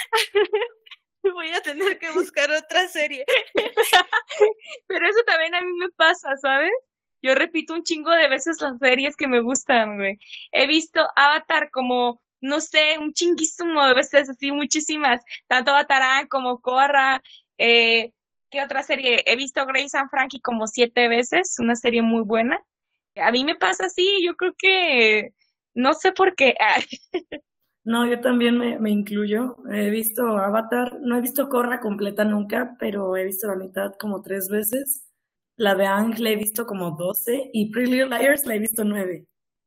Voy a tener que buscar otra serie. Pero eso también a mí me pasa, ¿sabes? Yo repito un chingo de veces las series que me gustan, güey. He visto Avatar como, no sé, un chinguísimo de veces, así muchísimas. Tanto Avatar como Korra. Eh, ¿qué otra serie? He visto Grace and Frankie como siete veces, una serie muy buena. A mí me pasa así, yo creo que, no sé por qué. No, yo también me, me incluyo. He visto Avatar, no he visto Korra completa nunca, pero he visto la mitad como tres veces. La de Ang la he visto como doce y Pretty Little Liars la he visto nueve.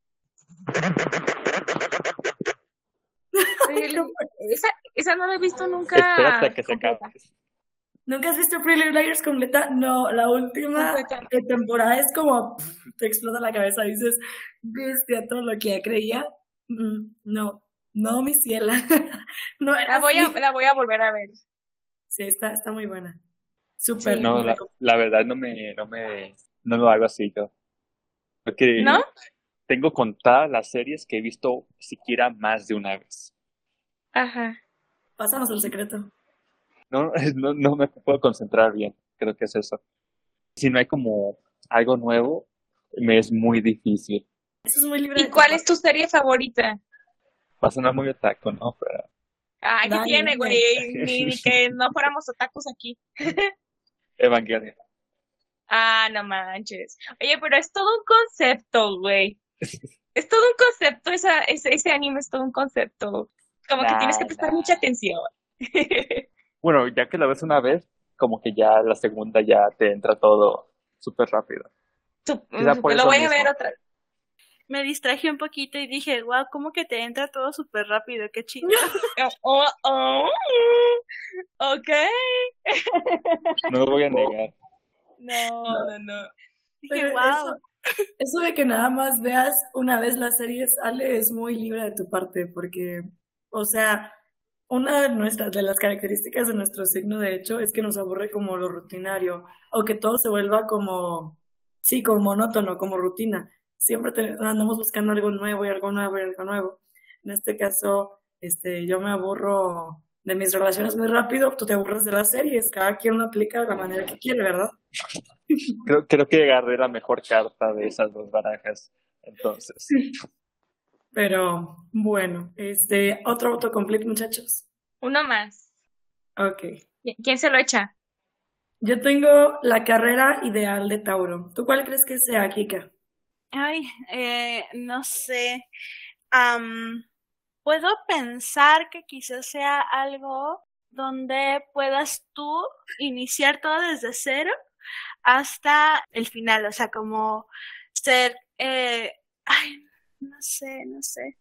esa, esa no la he visto nunca. Espérate a que se completa. acabe. ¿Nunca has visto Pretty Little Liars completa? No, la última Completa. de temporada es como pff, te explota la cabeza, dices, bestia, todo lo que ya creía. Mm, no, no, mi ciela. No era La voy a, así. la voy a volver a ver. Sí, está, está muy buena. Súper. Sí. No, la, la verdad no me, no me, no lo hago así yo. Porque ¿No? tengo contadas las series que he visto siquiera más de una vez. Ajá. Pásanos el secreto. No, no, no me puedo concentrar bien, creo que es eso. Si no hay como algo nuevo, me es muy difícil. Eso es muy libre de ¿Y tu cuál parte. es tu serie favorita? Va a sonar muy otaku, ¿no? Pero Ay, ¿qué Dale, tiene, dale. güey? Ni, ni que no fuéramos otakus aquí. Evangelion. Ah, no manches. Oye, pero es todo un concepto, güey. Es todo un concepto, esa, ese, ese anime es todo un concepto. Como que tienes que Nah, prestar nah. mucha atención. Bueno, ya que la ves una vez, como que ya la segunda ya te entra todo súper rápido. Sup- Quizá por lo eso voy a mismo. ver otra. Me distraje un poquito y dije, wow, ¿cómo que te entra todo súper rápido? Qué chido. Oh, oh, oh. Ok. No lo voy a negar. No, no, no. Dije, Pero wow. eso, eso de que nada más veas una vez las series, Ale, es muy libre de tu parte, porque, o sea, una de nuestras, de las características de nuestro signo, de hecho, es que nos aburre como lo rutinario, o que todo se vuelva como, sí, como monótono, como rutina. Siempre te- andamos buscando algo nuevo y algo nuevo y algo nuevo. En este caso, este, yo me aburro de mis relaciones muy rápido, tú te aburres de las series, cada quien lo aplica de la manera que quiere, ¿verdad? Creo, creo que agarré la mejor carta de esas dos barajas. Entonces, Pero bueno, este, otro autocomplete, muchachos. Uno más. Ok. ¿Qui- ¿Quién se lo echa? Yo tengo la carrera ideal de Tauro. ¿Tú cuál crees que sea, Kika? Ay, eh, no sé. Am, puedo pensar que quizás sea algo donde puedas tú iniciar todo desde cero hasta el final, o sea, como ser, eh, ay, no sé, no sé.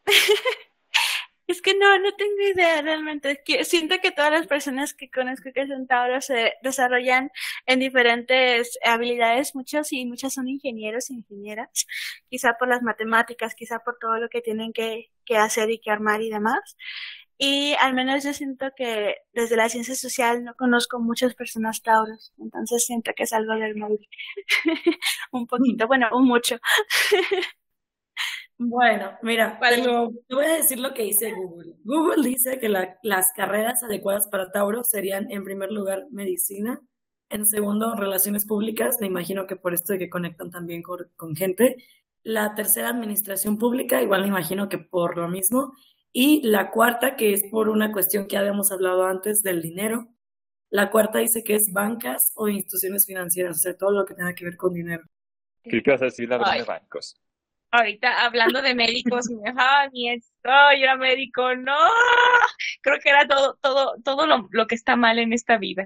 Es que no, no tengo idea realmente. Que- Siento que todas las personas que conozco que son Tauro se desarrollan en diferentes habilidades, muchos y muchas son ingenieros e ingenieras, quizá por las matemáticas, quizá por todo lo que tienen que, que hacer y que armar y demás. Y al menos yo siento que desde la ciencia social no conozco muchas personas Tauros, entonces siento que es algo del móvil. Un poquito, bueno, un mucho. Bueno, mira, ¿Cuál? te, lo- te voy a decir lo que dice Google. Google dice que la- las carreras adecuadas para Tauro serían, en primer lugar, medicina, en segundo, relaciones públicas, me imagino que por esto de que conectan también con, con gente. La tercera, administración pública, igual me imagino que por lo mismo. Y la cuarta, que es por una cuestión que habíamos hablado antes del dinero. La cuarta dice que es bancas o instituciones financieras, o sea, todo lo que tenga que ver con dinero. ¿qué ibas a decir la verdad Ay. de bancos? Ahorita hablando de médicos, mi ah, mi ex, ay, era médico, no. Creo que era todo, todo, todo lo, lo que está mal en esta vida.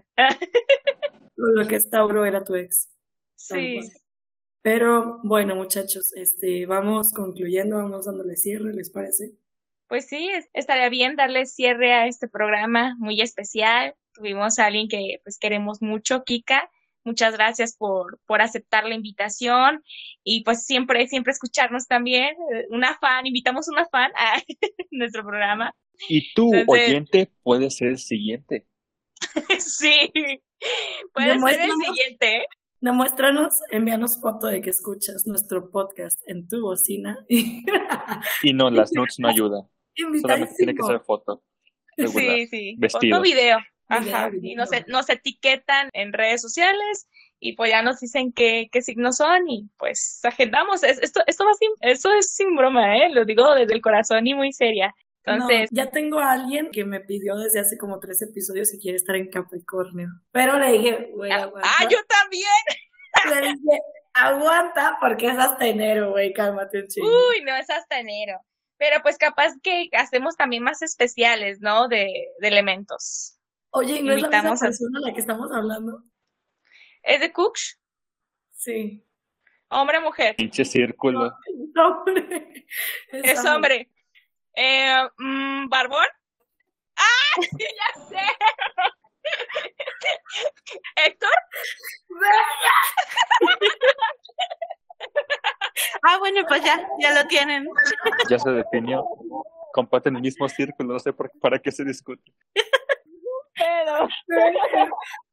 Lo que es Tauro era tu ex. Tal Sí. cual. Pero bueno, muchachos, este, vamos concluyendo, vamos dándole cierre, ¿les parece? Pues sí, es- estaría bien darle cierre a este programa muy especial. Tuvimos a alguien que pues queremos mucho, Kika. Muchas gracias por, por aceptar la invitación y pues siempre, siempre escucharnos también. Eh, Una fan, invitamos una fan a nuestro programa. Y tú, Entonces- oyente, puedes ser el siguiente. Sí, puede ser el Demuéstranos. siguiente, ¿eh? Demuéstranos, envíanos foto de que escuchas nuestro podcast en tu bocina. Y no, las notes no ayudan. Solamente tiene que Invitadísimo. ser foto. Regular. Sí, sí. Vestidos. Foto, video. Video, Ajá. video. Y nos, e- nos etiquetan en redes sociales y pues ya nos dicen qué, qué signos son y pues agendamos. Es- Esto, esto va sin, esto es sin broma, ¿eh? Lo digo desde el corazón y muy seria. Entonces, No, ya tengo a alguien que me pidió desde hace como tres episodios si quiere estar en Capricornio. Pero le dije, güey, ah, aguanta. ah, yo también. Le dije, aguanta porque es hasta enero, güey, cálmate un chingo. Uy, no, es hasta enero. Pero pues capaz que hacemos también más especiales, ¿no? De, de elementos. Oye, ¿y no es la misma invitamos a- persona a la que estamos hablando? ¿Es de Cooks? Sí. ¿Hombre o mujer? Pinche círculo. Hombre. Es hombre. Eh, mm, ¿Barbón? ¡Ah! Sí, ya sé. ¿Héctor? Ah, bueno, pues ya, ya lo tienen. Ya se definió. Comparten el mismo círculo, no sé por, para qué se discute. Pero.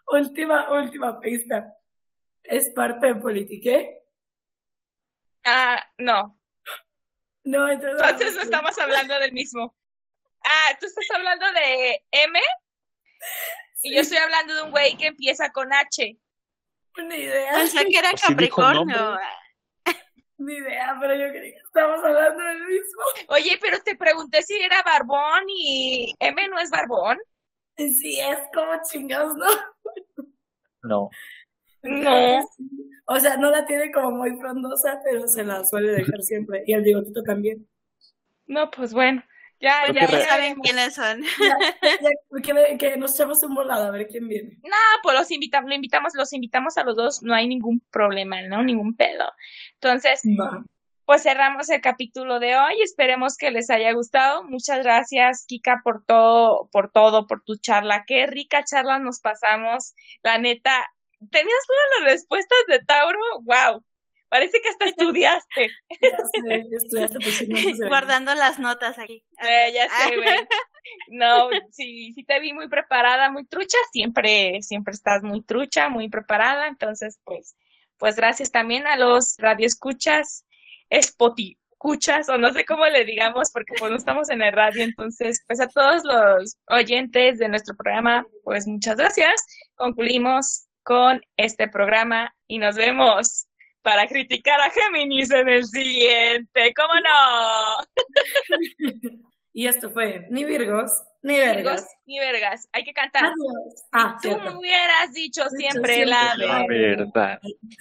Última, última pista. ¿Es parte de Politique? Ah, no. No, entonces... Entonces no estamos hablando del mismo. Ah, tú estás hablando de M Sí. y yo estoy hablando de un güey que empieza con H. Ni idea. Pensé que era Pues sí dijo el Capricornio. nombre. Ni idea, pero yo creí que estamos hablando del mismo. Oye, pero te pregunté si era barbón y M no es barbón. Sí, es como chingados, ¿no? No. No. O sea, no la tiene como muy frondosa, pero se la suele dejar siempre. Y el bigotito también. No, pues bueno. Ya, Creo ya, que ya re- Saben sabemos. quiénes son. Ya, ya, que, que nos echamos un volado a ver quién viene. No, pues los invitamos, lo invitamos, los invitamos a los dos, no hay ningún problema, ¿no? Ningún pedo. Entonces, Va. pues cerramos el capítulo de hoy. Esperemos que les haya gustado. Muchas gracias, Kika, por todo, por todo, por tu charla. Qué rica charla nos pasamos. La neta, ¿tenías todas las respuestas de Tauro? Wow. Parece que hasta estudiaste. Ya sé, estudiaste tus signos de zodiaco. Guardando las notas aquí. Eh, ya sé, güey. No, sí, sí te vi muy preparada, muy trucha. Siempre, siempre estás muy trucha, muy preparada. Entonces, pues, pues gracias también a los radioescuchas, escuchas, o no sé cómo le digamos, porque pues no estamos en el radio. Entonces, pues a todos los oyentes de nuestro programa, pues muchas gracias. Concluimos con este programa y nos vemos para criticar a Géminis en el siguiente. ¿Cómo no? Y esto fue ni Virgos, ni Virgos Vergas. ni vergas. Hay que cantar. Adiós. Ah, Tú cierto. me hubieras dicho Dicho siempre siempre la La verdad. verdad.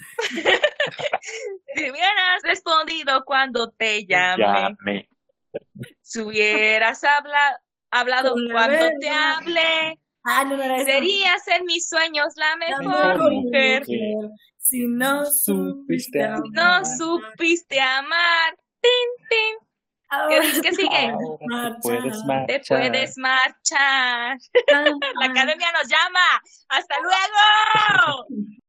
Si hubieras respondido cuando te llamé. Llame. Si hubieras habla- hablado Con la cuando te verdad. hablé. Ah, no, no era eso. Serías en mis sueños la La mejor mejor mujer. mujer. Si no supiste Supiste amar. No supiste amar. Tin, tin. Ahora ¿Qué, qué sigue? Ahora te puedes Te marchar. puedes marchar. Ah, La academia nos llama. ¡Hasta luego!